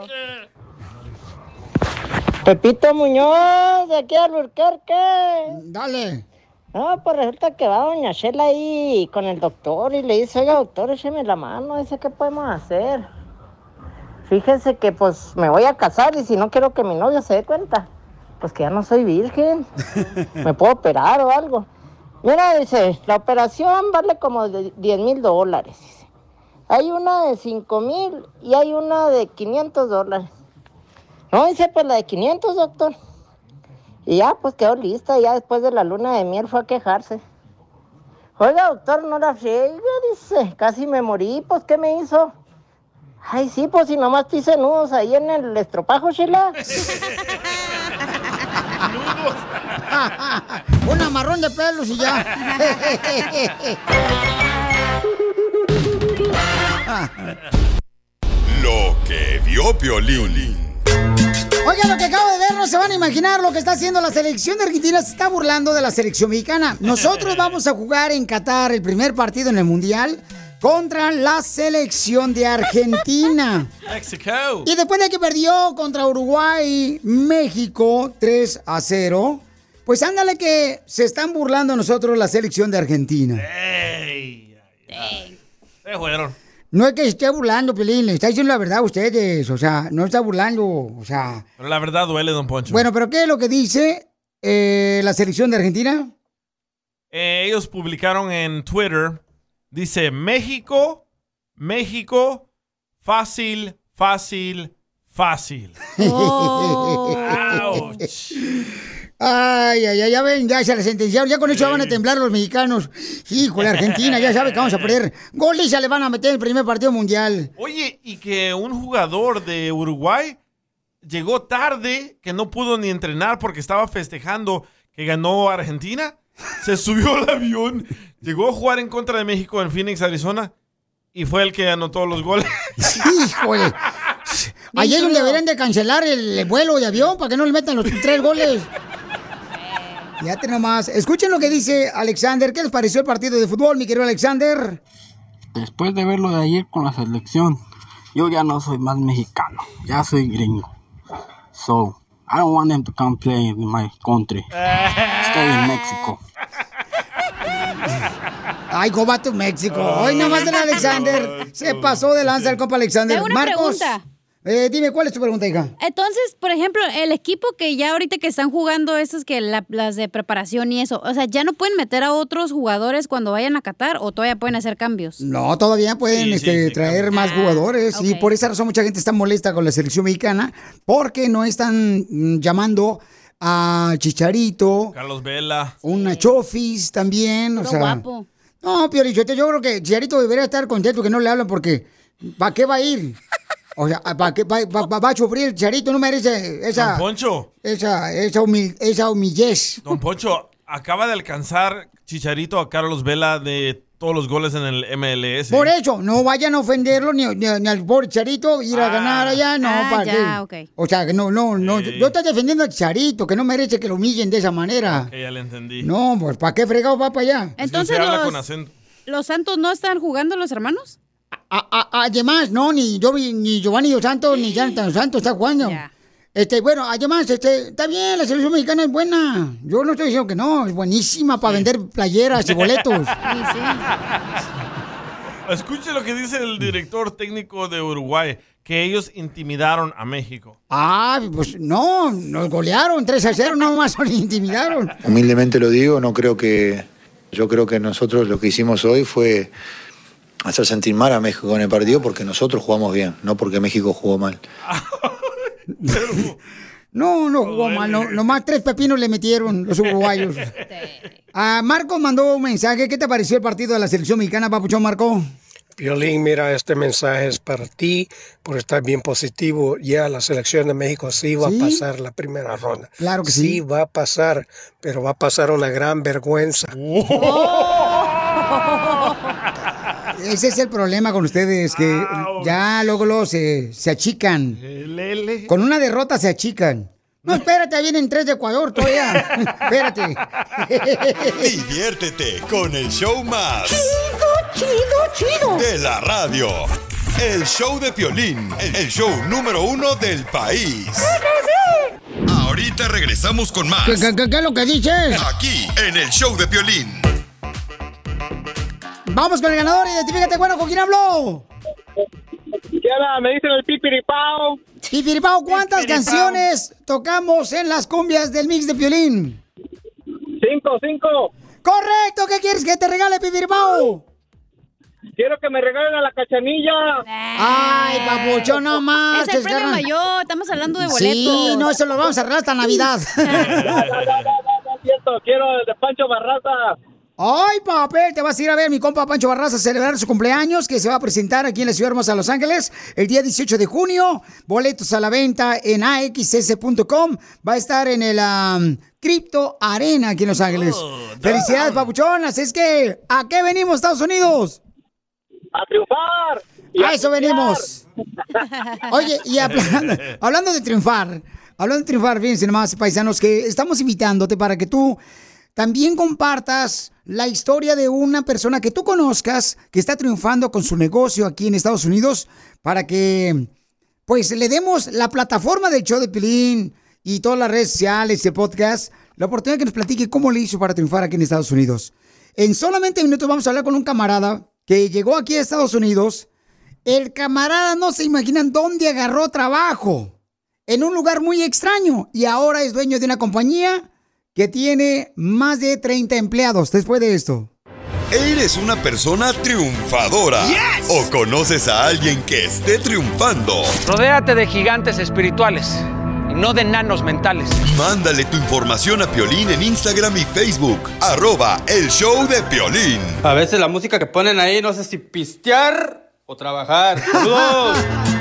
Pepito Muñoz, de aquí al Albuquerque. Dale. No, pues resulta que va doña Shela ahí con el doctor y le dice, oiga, doctor, écheme la mano, dice, ¿qué podemos hacer? Fíjese que pues me voy a casar y si no quiero que mi novio se dé cuenta, pues que ya no soy virgen, me puedo operar o algo. Mira, dice, la operación vale como $10,000, dice. Hay una de 5,000 y hay una de $500. No, dice, pues la de 500, doctor. Y ya, pues quedó lista, ya después de la luna de miel fue a quejarse. Oiga, doctor, no la friegue, dice, casi me morí, pues, ¿qué me hizo? Ay, sí, pues, si nomás te hice nudos ahí en el estropajo, Sheila. Un amarrón de pelos y ya. Lo que vio Piolín. Oigan, lo que acabo de ver, no se van a imaginar lo que está haciendo la selección de Argentina. Se está burlando de la selección mexicana. Nosotros vamos a jugar en Qatar el primer partido en el Mundial contra la selección de Argentina. México. Y después de que perdió contra Uruguay, México 3-0, pues ándale que se están burlando nosotros la selección de Argentina. Se fueron. No es que se esté burlando, Pelín, le está diciendo la verdad a ustedes, o sea, no está burlando, o sea... Pero la verdad duele, don Poncho. Bueno, pero ¿qué es lo que dice la selección de Argentina? Ellos publicaron en Twitter, dice, México, fácil. Oh. Ouch. Ay, ya ven, ya se la sentenciaron, ya con eso van a temblar los mexicanos. Híjole, Argentina, ya sabe que vamos a perder. Goliza le van a meter en el primer partido mundial. Oye, y que un jugador de Uruguay llegó tarde, que no pudo ni entrenar porque estaba festejando que ganó Argentina. Se subió al avión, llegó a jugar en contra de México en Phoenix, Arizona, y fue el que anotó los goles. Híjole. Ayer es donde deberían de cancelar el vuelo de avión para que no le metan los 3 goles. Fíjate nomás. Escuchen lo que dice Alexander. ¿Qué les pareció el partido de fútbol, mi querido Alexander? Después de ver lo de ayer con la selección, yo ya no soy más mexicano. Ya soy gringo. So, I don't want them to come play in my country. Stay in Mexico. Ay, go back to Mexico. Hoy nomás el Alexander se pasó de lanza el compa Alexander. Tengo una Marcos, pregunta. Dime, ¿cuál es tu pregunta, hija? Entonces, por ejemplo, el equipo que ya ahorita que están jugando esos que las de preparación y eso, o sea, ¿ya no pueden meter a otros jugadores cuando vayan a Qatar o todavía pueden hacer cambios? No, todavía pueden traer más jugadores y por esa razón mucha gente está molesta con la selección mexicana porque no están llamando a Chicharito, Carlos Vela, una Chofis también, o sea. Guapo. No, Piolichote, yo creo que Chicharito debería estar contento que no le hablan porque ¿para qué va a ir? O sea, ¿para qué va a sufrir el Chicharito? No merece esa... Don Poncho. Esa humillez. Don Poncho, acaba de alcanzar Chicharito a Carlos Vela de todos los goles en el MLS. Por eso, no vayan a ofenderlo ni al pobre Chicharito, ir a ganar allá, no, ¿para qué? Okay. O sea, que no, yo estoy defendiendo al Chicharito, que no merece que lo humillen de esa manera. Ok, ya le entendí. No, pues, ¿para qué fregado va para allá? Entonces, Se habla con acento. ¿los Santos no están jugando los hermanos? Además, no, ni Giovanni Dos Santos, ni Jonathan Dos Santos está jugando. Bueno, además, está bien, la selección mexicana es buena. Yo no estoy diciendo que no, es buenísima para vender playeras y boletos. Escuche lo que dice el director técnico de Uruguay, que ellos intimidaron a México. Pues no, nos golearon 3-0, nomás nos intimidaron. Humildemente lo digo, yo creo que nosotros lo que hicimos hoy fue hacer sentir mal a México en el partido porque nosotros jugamos bien, no porque México jugó mal. No jugó mal, nomás 3 pepinos le metieron los uruguayos. Marco mandó un mensaje. ¿Qué te pareció el partido de la selección mexicana, papuchón, Marco? Piolín, mira, este mensaje es para ti, por estar bien positivo. Ya la selección de México sí va a pasar la primera ronda. Claro que sí. Sí va a pasar, pero va a pasar una gran vergüenza. Ese es el problema con ustedes, que ya luego se achican. Con una derrota se achican. No, espérate, vienen 3 de Ecuador todavía. Espérate. Diviértete con el show más chido de la radio. El show de Piolín, el show número 1 del país. Ahorita regresamos con más. ¿Qué es lo que dices? Aquí, en el show de Piolín. Vamos con el ganador, identifícate, bueno, ¿con quién habló? Me dicen el Pipiripao. Pipiripao, ¿cuántas canciones tocamos en las cumbias del mix de Piolín? 5. ¡Correcto! ¿Qué quieres que te regale, Pipiripao? Quiero que me regalen a la Cachanilla. Ay, papuchón, no más. Es el premio mayor, estamos hablando de boletos. Sí, no, eso lo vamos a arreglar hasta Navidad. No, quiero el de Pancho Barraza. Ay, papel, te vas a ir a ver mi compa Pancho Barraza a celebrar su cumpleaños, que se va a presentar aquí en la ciudad hermosa de Los Ángeles el día 18 de junio. Boletos a la venta en axs.com. Va a estar en el Crypto Arena aquí en Los Ángeles. Felicidades, papuchón. Así es que, ¿a qué venimos, Estados Unidos? A triunfar. A eso venimos. Oye, y hablando de triunfar, fíjense nomás, paisanos, que estamos invitándote para que tú también compartas la historia de una persona que tú conozcas que está triunfando con su negocio aquí en Estados Unidos, para que pues le demos la plataforma del show de Piolín y todas las redes sociales, el podcast, la oportunidad que nos platique cómo le hizo para triunfar aquí en Estados Unidos. En solamente minutos vamos a hablar con un camarada que llegó aquí a Estados Unidos. El camarada no se imaginan dónde agarró trabajo, en un lugar muy extraño, y ahora es dueño de una compañía que tiene más de 30 empleados después de esto. ¿Eres una persona triunfadora? Yes. ¿O conoces a alguien que esté triunfando? Rodéate de gigantes espirituales y no de enanos mentales. Mándale tu información a Piolín en Instagram y Facebook. @el show de Piolín. A veces la música que ponen ahí no sé si pistear o trabajar. ¡Saludos!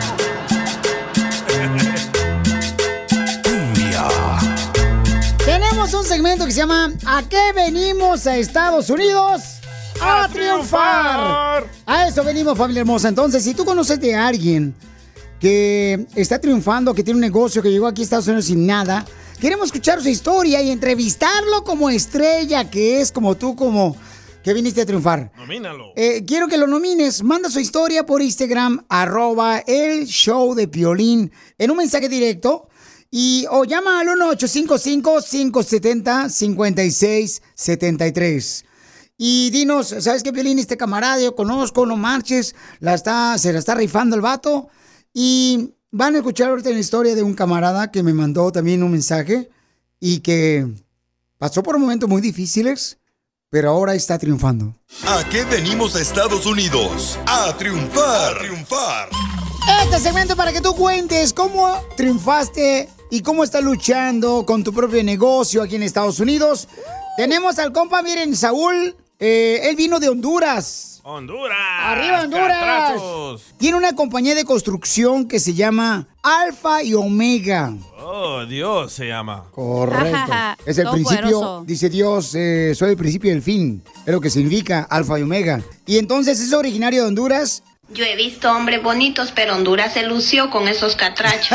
Tenemos un segmento que se llama ¿A qué venimos a Estados Unidos? ¡A triunfar! A eso venimos, familia hermosa. Entonces, si tú conoces de alguien que está triunfando, que tiene un negocio, que llegó aquí a Estados Unidos sin nada, queremos escuchar su historia y entrevistarlo como estrella que es, como tú, como que viniste a triunfar. Nomínalo. Quiero que lo nomines. Manda su historia por Instagram, @el show de Piolín, en un mensaje directo. O llama al 1-855-570-5673. Y dinos, ¿sabes qué, Piolín? Este camarada yo conozco, no marches, se la está rifando el vato. Y van a escuchar ahorita la historia de un camarada que me mandó también un mensaje y que pasó por momentos muy difíciles, pero ahora está triunfando. ¿A qué venimos a Estados Unidos? ¡A triunfar! ¡A triunfar! Este segmento para que tú cuentes cómo triunfaste y cómo estás luchando con tu propio negocio aquí en Estados Unidos. Tenemos al compa, miren, Saúl, él vino de Honduras. ¡Honduras! ¡Arriba, Honduras! ¡Catrachos! Tiene una compañía de construcción que se llama Alfa y Omega. Oh, Dios se llama. Correcto. Es el principio, poderoso. Dice Dios, soy el principio y el fin. Es lo que significa Alfa y Omega. Y entonces es originario de Honduras. Yo he visto hombres bonitos, pero Honduras se lució con esos catrachos.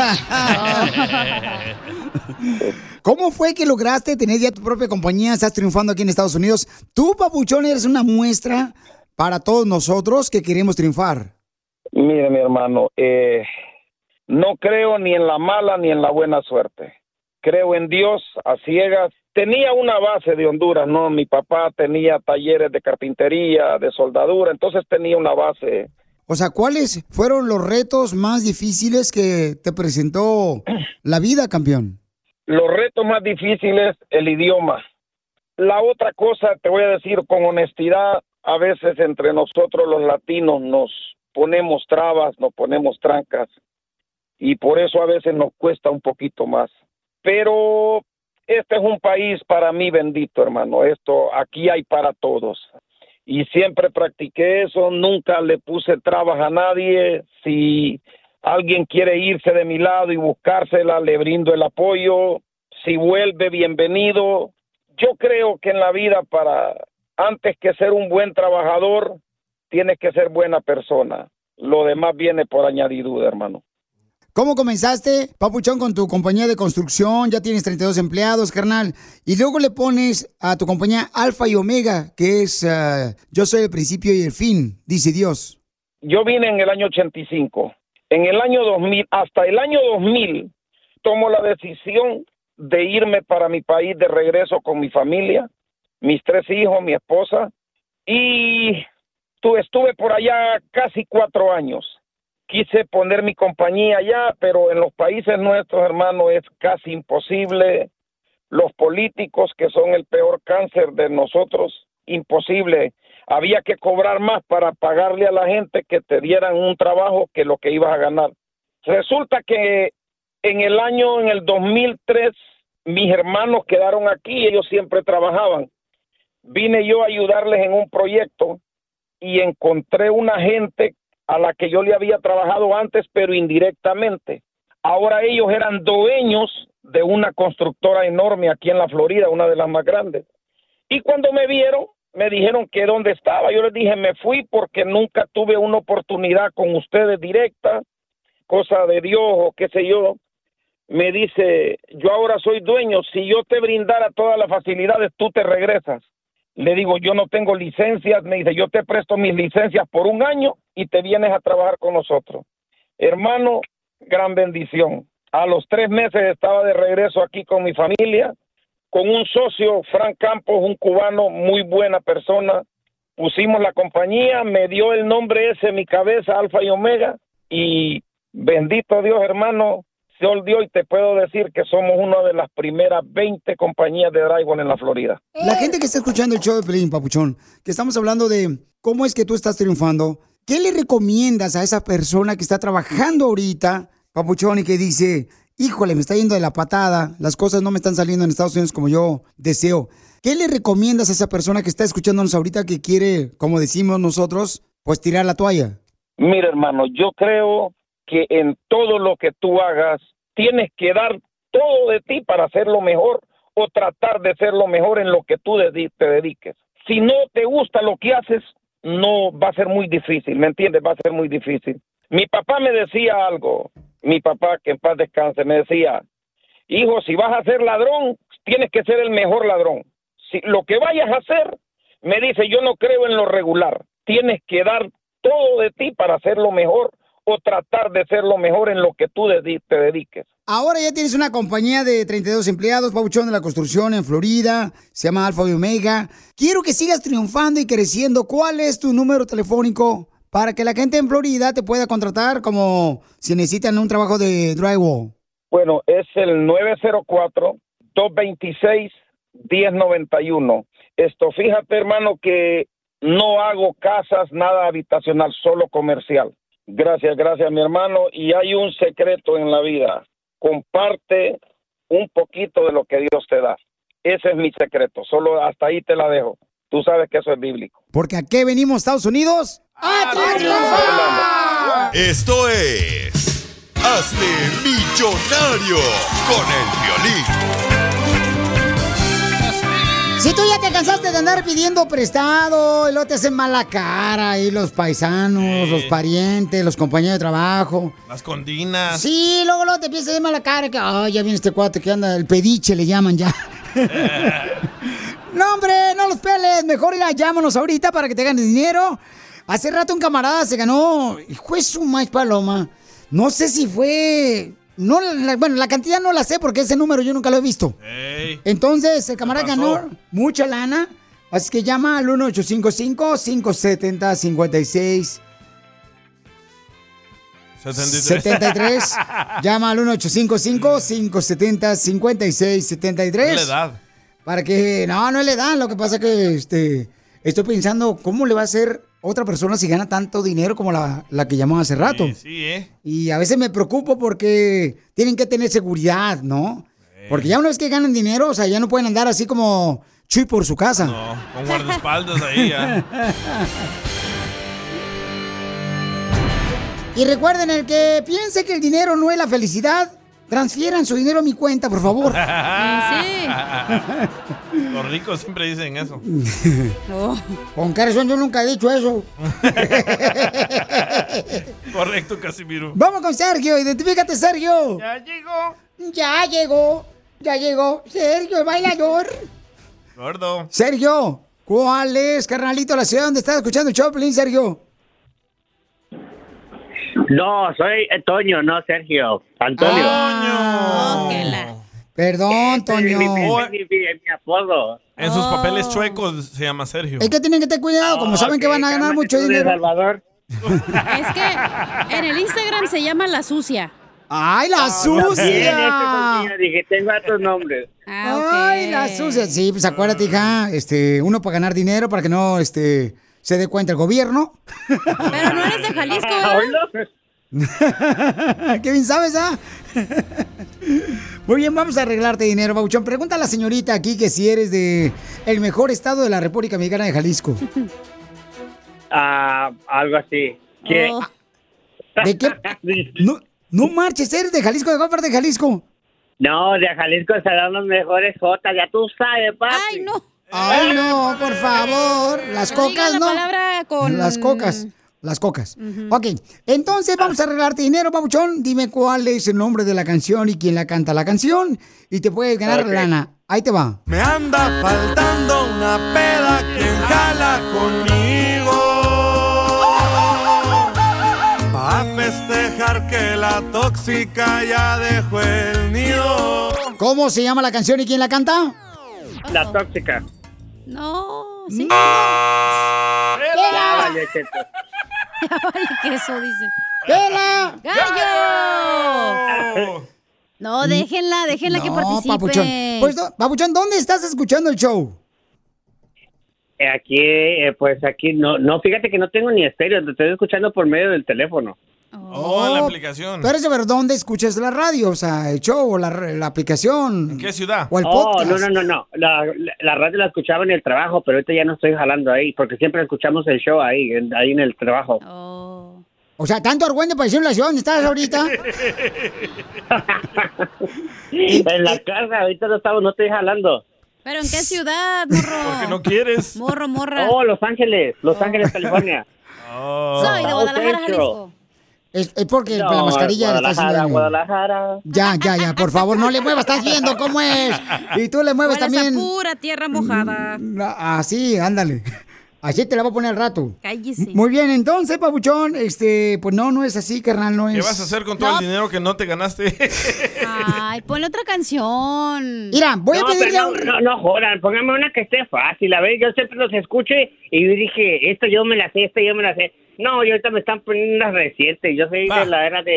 ¿Cómo fue que lograste tener ya tu propia compañía? Estás triunfando aquí en Estados Unidos. Tú, papuchón, eres una muestra para todos nosotros que queremos triunfar. Mire, mi hermano, no creo ni en la mala ni en la buena suerte. creo en Dios a ciegas. Tenía una base de Honduras, ¿no? Mi papá tenía talleres de carpintería, de soldadura, entonces tenía una base. O sea, ¿cuáles fueron los retos más difíciles que te presentó la vida, campeón? Los retos más difíciles, el idioma. La otra cosa, te voy a decir con honestidad, a veces entre nosotros los latinos nos ponemos trabas, nos ponemos trancas, y por eso a veces nos cuesta un poquito más. Pero este es un país para mí bendito, hermano. Aquí hay para todos. Y siempre practiqué eso, nunca le puse trabas a nadie. Si alguien quiere irse de mi lado y buscársela, le brindo el apoyo. Si vuelve, bienvenido. Yo creo que en la vida, antes que ser un buen trabajador, tienes que ser buena persona. Lo demás viene por añadidura, hermano. ¿Cómo comenzaste, Papuchón, con tu compañía de construcción? Ya tienes 32 empleados, carnal. Y luego le pones a tu compañía Alfa y Omega, que es yo soy el principio y el fin, dice Dios. Yo vine en el año 85. En el año 2000, hasta el año 2000, tomo la decisión de irme para mi país de regreso con mi familia, mis 3 hijos, mi esposa. Y estuve por allá casi 4 años. Quise poner mi compañía allá, pero en los países nuestros, hermano, es casi imposible. Los políticos, que son el peor cáncer de nosotros, imposible. Había que cobrar más para pagarle a la gente que te dieran un trabajo que lo que ibas a ganar. Resulta que en el 2003, mis hermanos quedaron aquí, ellos siempre trabajaban. Vine yo a ayudarles en un proyecto y encontré una gente a la que yo le había trabajado antes, pero indirectamente. Ahora ellos eran dueños de una constructora enorme aquí en la Florida, una de las más grandes. Y cuando me vieron, me dijeron que dónde estaba. Yo les dije, me fui porque nunca tuve una oportunidad con ustedes directa, cosa de Dios o qué sé yo. Me dice, yo ahora soy dueño, si yo te brindara todas las facilidades, tú te regresas. Le digo, yo no tengo licencias. Me dice, yo te presto mis licencias por 1 año y te vienes a trabajar con nosotros. Hermano, gran bendición. A los 3 meses estaba de regreso aquí con mi familia, con un socio, Frank Campos, un cubano, muy buena persona. Pusimos la compañía, me dio el nombre ese en mi cabeza, Alfa y Omega, y bendito Dios, hermano, se olvidó y te puedo decir que somos una de las primeras 20 compañías de drywall en la Florida. La gente que está escuchando el show de Pelín, Papuchón, que estamos hablando de cómo es que tú estás triunfando, ¿qué le recomiendas a esa persona que está trabajando ahorita, Papuchón, y que dice, híjole, me está yendo de la patada, las cosas no me están saliendo en Estados Unidos como yo deseo? ¿Qué le recomiendas a esa persona que está escuchándonos ahorita que quiere, como decimos nosotros, pues tirar la toalla? Mira, hermano, yo creo que en todo lo que tú hagas, tienes que dar todo de ti para hacerlo mejor o tratar de ser lo mejor en lo que tú te dediques. Si no te gusta lo que haces, no va a ser muy difícil, ¿me entiendes? Va a ser muy difícil. Mi papá me decía algo, mi papá, que en paz descanse, me decía, hijo, si vas a ser ladrón, tienes que ser el mejor ladrón. Si lo que vayas a hacer, me dice, yo no creo en lo regular, tienes que dar todo de ti para hacerlo mejor o tratar de ser lo mejor en lo que tú te dediques. Ahora ya tienes una compañía de 32 empleados, Papuchón, de la construcción en Florida, se llama Alfa y Omega. Quiero que sigas triunfando y creciendo. ¿Cuál es tu número telefónico para que la gente en Florida te pueda contratar como si necesitan un trabajo de drywall? Bueno, es el 904-226-1091. Fíjate, hermano, que no hago casas, nada habitacional, solo comercial. Gracias, mi hermano. Y hay un secreto en la vida. Comparte un poquito de lo que Dios te da. Ese es mi secreto. Solo hasta ahí te la dejo. Tú sabes que eso es bíblico. Porque ¿a qué venimos, Estados Unidos? ¡A triunfar! Esto es Hazte Millonario con el Piolín. Si tú ya te cansaste de andar pidiendo prestado, y luego te hacen mala cara, y los paisanos, los parientes, los compañeros de trabajo. Las condinas. Sí, luego te empieza a hacer mala cara, que ya viene este cuate que anda, el pediche le llaman ya. No, hombre, no los peles, mejor llámanos ahorita para que te ganes dinero. Hace rato un camarada se ganó, hijo de su maíz paloma, no sé si fue No, bueno, la cantidad no la sé porque ese número yo nunca lo he visto. Ey, Entonces, el camarada ¿qué pasó? ganó mucha lana. Así que llama al 1-855-570-5673. 73. Llama al No 1-855-570-5673. es la edad. Para que... No es la edad. Lo que pasa es que estoy pensando cómo le va a hacer otra persona si gana tanto dinero como la que llamó hace rato. Sí, Y a veces me preocupo porque tienen que tener seguridad, ¿no? Porque ya una vez que ganan dinero, o sea, ya no pueden andar así como Chuy por su casa. No, con guardaespaldas ahí ya. Y recuerden, el que piense que el dinero no es la felicidad, transfieran su dinero a mi cuenta, por favor. Los ricos siempre dicen eso. Con qué razón yo nunca he dicho eso. Correcto, Casimiro. Vamos con Sergio, identifícate, Sergio. Ya llegó. Ya llegó. Sergio, el bailador. Gordo. Sergio, ¿cuál es, carnalito, la ciudad donde estás escuchando el show, Pelín, Sergio? No, soy Toño, no Sergio. Antonio. Perdón, Toño. Mi apodo. En sus papeles chuecos se llama Sergio. Es que tienen que tener cuidado, como saben que van a ganar mucho dinero. Salvador. Es que en el Instagram se llama La Sucia. ¡Ay, la sucia! Dije, tengo otros nombres. ¡Ay, la sucia! Sí, pues acuérdate, hija, uno para ganar dinero, para que no, se dé cuenta el gobierno. Pero no eres de Jalisco, ¿verdad? Qué bien sabes, ¿ah? Muy bien, vamos a arreglarte dinero, Babuchón. Pregunta a la señorita aquí que si eres de el mejor estado de la República Mexicana de Jalisco. Algo así. ¿Qué? ¿De qué? No marches, ¿eres de Jalisco? ¿De cuál parte de Jalisco? No, de Jalisco se dan los mejores jotas, ya tú sabes, papi. ¡Ay, no! ¡Ay, no, por favor! Las cocas, la ¿no? palabra con... Las cocas. Ok, entonces vamos a arreglarte dinero, Pabuchón. Dime cuál es el nombre de la canción y quién la canta la canción. Y te puedes ganar lana. Ahí te va. Me anda faltando una peda, quien jala conmigo. Pa' festejar que la tóxica ya dejó el nido. ¿Cómo se llama la canción y quién la canta? La tóxica. No, sí. Ya vale, Cheto. Ya vale queso, dice. ¡Pela! ¡Gallo! No, déjenla que participe. Papuchón. Pues, Papuchón, ¿dónde estás escuchando el show? Aquí, no, fíjate que no tengo ni estéreo, te estoy escuchando por medio del teléfono. Oh, la aplicación. Pero eso, ¿dónde escuchas la radio? O sea, el show o la aplicación. ¿En qué ciudad? O el podcast. No. La radio la escuchaba en el trabajo, pero ahorita ya no estoy jalando ahí, porque siempre escuchamos el show ahí en el trabajo. O sea, tanto argüende para decir la ciudad donde estás ahorita. En la casa, ahorita no estoy jalando. ¿Pero en qué ciudad, morro? Porque no quieres. Morra. Oh, Los Ángeles, California. Soy de Guadalajara, Jalisco. Es porque la mascarilla le está haciendo daño. Guadalajara. Ya, por favor, no le muevas, estás viendo cómo es. Y tú le mueves también. Esa pura tierra mojada. Así, ándale. Así te la voy a poner al rato. Cállese. Muy bien, entonces, Pabuchón, pues no es así, carnal, no es. ¿Qué vas a hacer con todo el dinero que no te ganaste? Ay, ponle otra canción. Mira, voy a pedirle No jodan, póngame una que esté fácil. A ver, yo siempre los escuché y yo dije, esto yo me la sé. No, y ahorita me están poniendo unas recientes. Yo soy de la era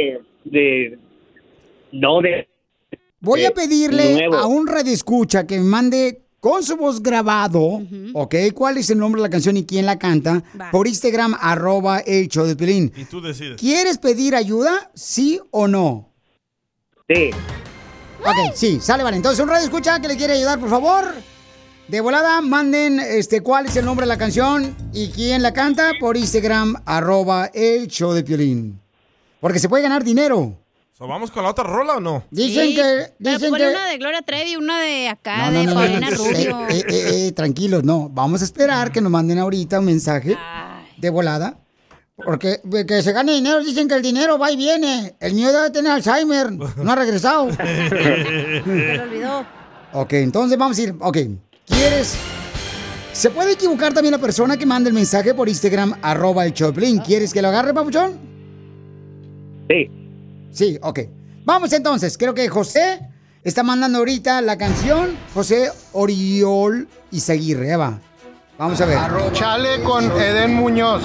Voy a pedirle a un radioescucha que me mande con su voz grabado, ¿ok? ¿Cuál es el nombre de la canción y quién la canta? Por Instagram, @el show de Piolín. Y tú decides. ¿Quieres pedir ayuda? ¿Sí o no? Sí. Ok, sí, sale, vale. Entonces, un radioescucha que le quiere ayudar, por favor. De volada, manden cuál es el nombre de la canción y quién la canta por Instagram, @el show de Piolín. Porque se puede ganar dinero. ¿Vamos con la otra rola o no? Dicen que... una de Gloria Trevi, una de acá, de Paulina Rubio. Tranquilos, no. Vamos a esperar que nos manden ahorita un mensaje de volada. Porque que se gane dinero, dicen que el dinero va y viene. El mío debe tener Alzheimer, no ha regresado. Se lo olvidó. Ok, entonces vamos a ir. Ok, ¿quieres? ¿Se puede equivocar también la persona que manda el mensaje por Instagram, @el Choplin? ¿Quieres que lo agarre, papuchón? Sí. Sí, ok. Vamos entonces, creo que José está mandando ahorita la canción. José Oriol Izaguirre, va. Vamos a ver. Chale con Eden Muñoz.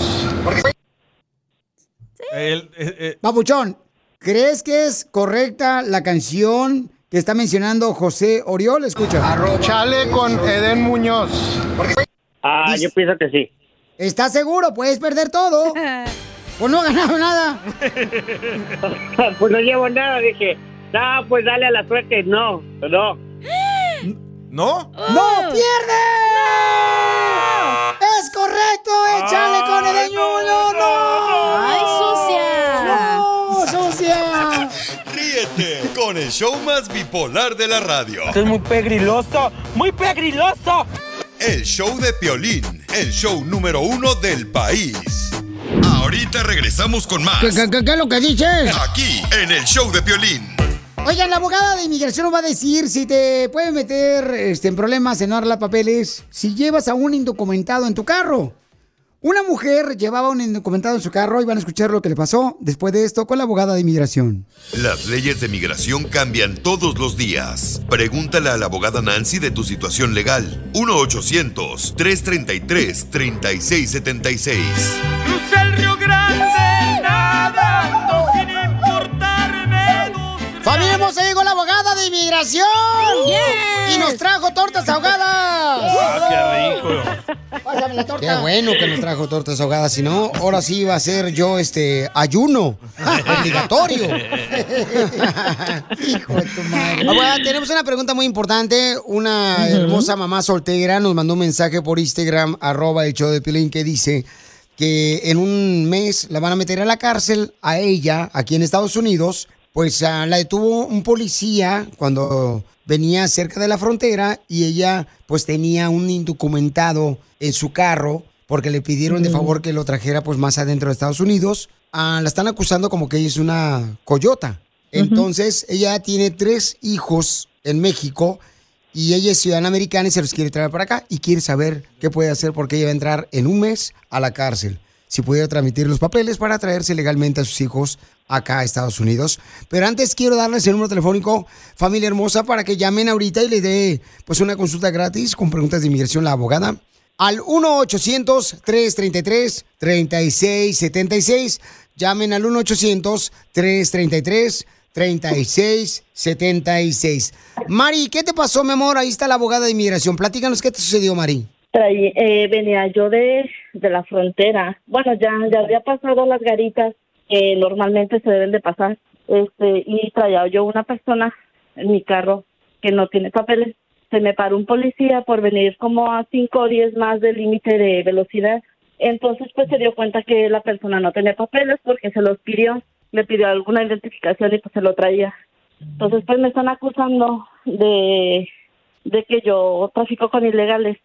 Papuchón, ¿crees que es correcta la canción que está mencionando José Oriol? Escucha. Chale con Eden Muñoz. Yo pienso que sí. ¿Estás seguro? Puedes perder todo. Pues no he ganado nada. Pues no llevo nada, dije. No, pues dale a la suerte. No. ¿No? ¡No pierde! ¡No! ¡Es correcto! ¡Échale con el Muñoz! ¡No! ¡Ay, sucia! ¡No, sucia! Ríete con el show más bipolar de la radio. Esto es muy pegriloso, muy pegriloso. El show de Piolín, el show número 1 del país. Ahorita regresamos con más. ¿Qué es lo que dices? Aquí, en el show de Piolín. Oigan, la abogada de inmigración nos va a decir si te puede meter en problemas en no arreglar papeles si llevas a un indocumentado en tu carro. Una mujer llevaba a un indocumentado en su carro y van a escuchar lo que le pasó después de esto con la abogada de inmigración. Las leyes de migración cambian todos los días. Pregúntale a la abogada Nancy de tu situación legal. 1-800-333-3676. Crucé el Río Grande nadando sin importarme. ¡Familia hermosa! Llegó la abogada de inmigración. Yes. Y nos trajo tortas ahogadas. ¡Qué rico! Pásame la torta. Qué bueno que nos trajo tortas ahogadas. Si no, ahora sí va a ser yo ayuno obligatorio. Hijo de tu madre. Abogada, tenemos una pregunta muy importante. Una hermosa mamá soltera nos mandó un mensaje por Instagram, @el show de Piolín, que dice que en un mes la van a meter a la cárcel a ella, aquí en Estados Unidos. Pues la detuvo un policía cuando venía cerca de la frontera y ella pues tenía un indocumentado en su carro porque le pidieron de favor que lo trajera pues más adentro de Estados Unidos. La están acusando como que ella es una coyota. Entonces ella tiene 3 hijos en México y ella es ciudadana americana y se los quiere traer para acá y quiere saber qué puede hacer porque ella va a entrar en un mes a la cárcel. Si pudiera tramitir los papeles para traerse legalmente a sus hijos acá a Estados Unidos. Pero antes quiero darles el número telefónico, familia hermosa, para que llamen ahorita y les dé pues una consulta gratis con preguntas de inmigración la abogada al 1-800-333-3676. Llamen al 1-800-333-3676. Mari, ¿qué te pasó, mi amor? Ahí está la abogada de inmigración. Platícanos qué te sucedió, Mari. Venía yo de la frontera. Bueno, ya había pasado las garitas que normalmente se deben de pasar. Y traía yo una persona en mi carro que no tiene papeles. Se me paró un policía por venir como a 5 o 10 más del límite de velocidad. Entonces, pues se dio cuenta que la persona no tenía papeles porque se los pidió. Le pidió alguna identificación y pues se lo traía. Entonces, pues me están acusando de que yo trafico con ilegales.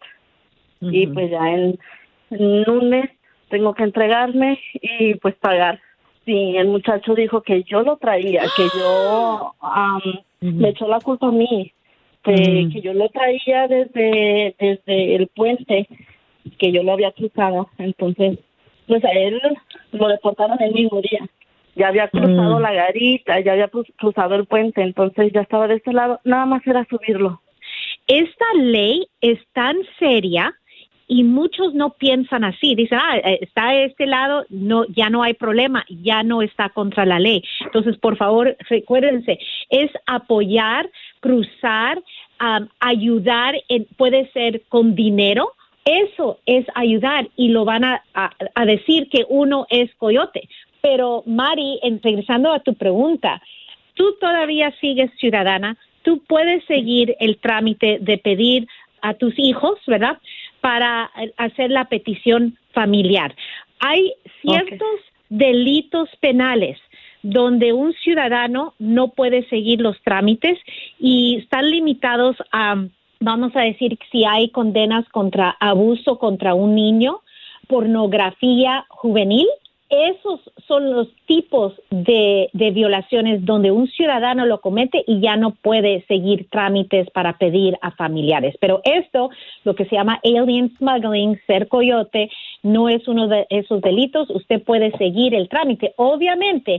Y pues ya en un mes tengo que entregarme y pues pagar. Sí, el muchacho dijo que yo lo traía, que yo me echó la culpa a mí, que yo lo traía desde el puente, que yo lo había cruzado. Entonces, pues a él lo deportaron el mismo día. Ya había cruzado la garita, ya había cruzado el puente, entonces ya estaba de este lado, nada más era subirlo. Esta ley es tan seria y muchos no piensan así. Dicen, está a este lado, no, ya no hay problema, ya no está contra la ley. Entonces, por favor, recuérdense, es apoyar, cruzar, ayudar, puede ser con dinero. Eso es ayudar y lo van a decir que uno es coyote. Pero, Mari, regresando a tu pregunta, tú todavía sigues ciudadana, tú puedes seguir el trámite de pedir a tus hijos, ¿verdad?, para hacer la petición familiar. Hay ciertos delitos penales donde un ciudadano no puede seguir los trámites y están limitados a, vamos a decir, si hay condenas contra abuso contra un niño, pornografía juvenil. Esos son los tipos de violaciones donde un ciudadano lo comete y ya no puede seguir trámites para pedir a familiares. Pero esto, lo que se llama alien smuggling, ser coyote, no es uno de esos delitos. Usted puede seguir el trámite. Obviamente,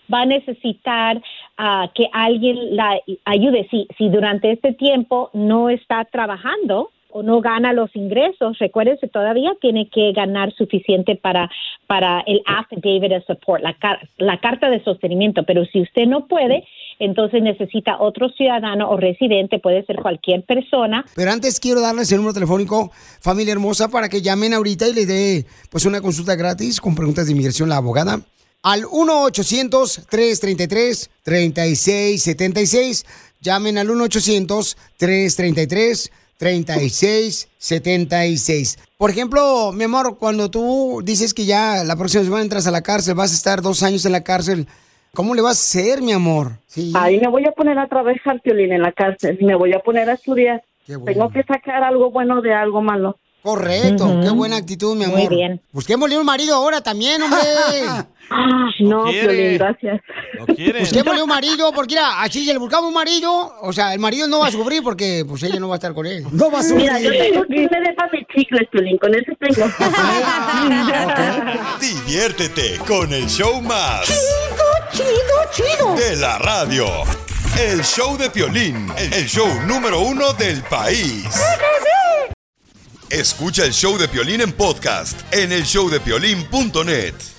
va a necesitar que alguien la ayude. Si durante este tiempo no está trabajando o no gana los ingresos, recuérdese, todavía tiene que ganar suficiente para el affidavit of support, la carta de sostenimiento. Pero si usted no puede, entonces necesita otro ciudadano o residente, puede ser cualquier persona. Pero antes quiero darles el número telefónico, familia hermosa, para que llamen ahorita y les dé pues una consulta gratis con preguntas de inmigración la abogada. Al 1-800-333-3676. Llamen al 1-800-333-3676. Por ejemplo, mi amor, cuando tú dices que ya la próxima semana entras a la cárcel, vas a estar 2 años en la cárcel, ¿cómo le vas a hacer, mi amor? Sí. Ahí me voy a poner a trabajar, Piolín, en la cárcel. Me voy a poner a estudiar. Bueno. Tengo que sacar algo bueno de algo malo. Correcto, qué buena actitud, mi amor. Muy bien. Busquémosle un marido ahora también, hombre. No, Piolín, gracias. No quiere. Busquémosle un marido, porque mira, así si le buscamos un marido, o sea, el marido no va a sufrir porque pues ella no va a estar con él. No va a sufrir. Mira, yo tengo 15 de mis chicles, Piolín, con eso tengo. Diviértete con el show más chido de la radio. El show de Piolín, el show número 1 del país. Escucha el show de Piolín en podcast en elshowdepiolín.net.